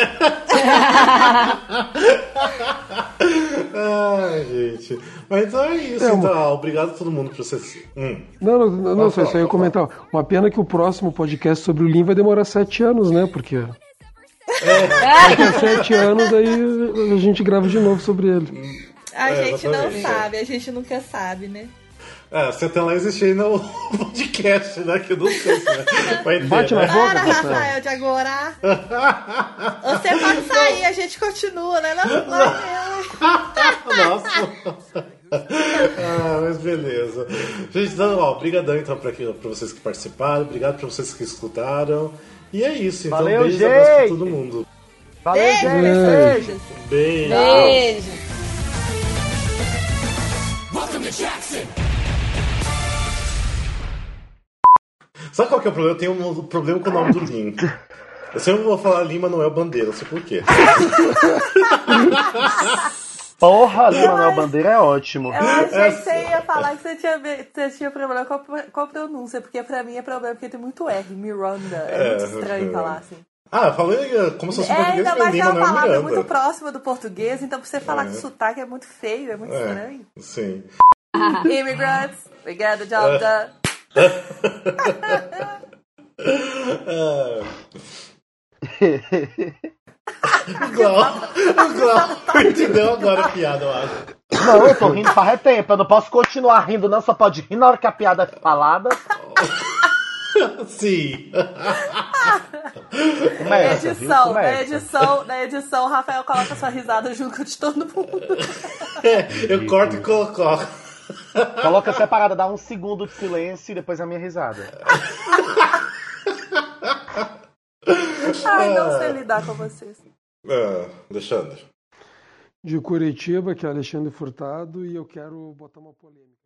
Ai, gente. Mas então é isso, então. Obrigado a todo mundo por vocês. Não, só isso aí eu ia comentar. Uma pena que o próximo podcast sobre o Lin vai demorar 7 anos, né? Porque... daqui a 7 anos aí a gente grava de novo sobre ele. A gente não sabe, a gente nunca sabe, né? Se até lá existir ainda o podcast, né? Que eu não sei se vai ter, bate na boca, Rafael de agora. Você pode sair, a gente continua, né? Nossa. Mas beleza. Gente, então, obrigadão então pra vocês que participaram. Obrigado pra vocês que escutaram. E é isso, então. Valeu, beijo gente. e abraço pra todo mundo. Valeu, gente. Beijo. Beijo. Welcome to Jackson. Sabe qual que é o problema? Eu tenho um problema com o nome do Lin. Eu sempre vou falar Lin-Manuel Bandeira, não sei porquê. Porra, Lin-Manuel Bandeira é ótimo. Eu achei que você ia falar que você tinha problema com a pronúncia, porque pra mim é problema porque tem muito R, Miranda. É muito estranho falar assim. Eu falei como se fosse português, ainda mais que é uma palavra Miranda. muito próxima do português, então pra você falar que sotaque é muito feio, é muito estranho. Sim. Immigrants, we get the job done. O Glauco entendeu agora a piada, eu acho. Não, eu tô rindo faz tempo, eu não posso continuar rindo, não, só pode rir na hora que a piada é falada. Sim. Na edição, o Rafael coloca sua risada junto de todo mundo. Eu corto e coloco. Coloca separada, dá 1 segundo de silêncio e depois a minha risada. Ai, não sei lidar com vocês. Alexandre. De Curitiba, que é Alexandre Furtado, e eu quero botar uma polêmica.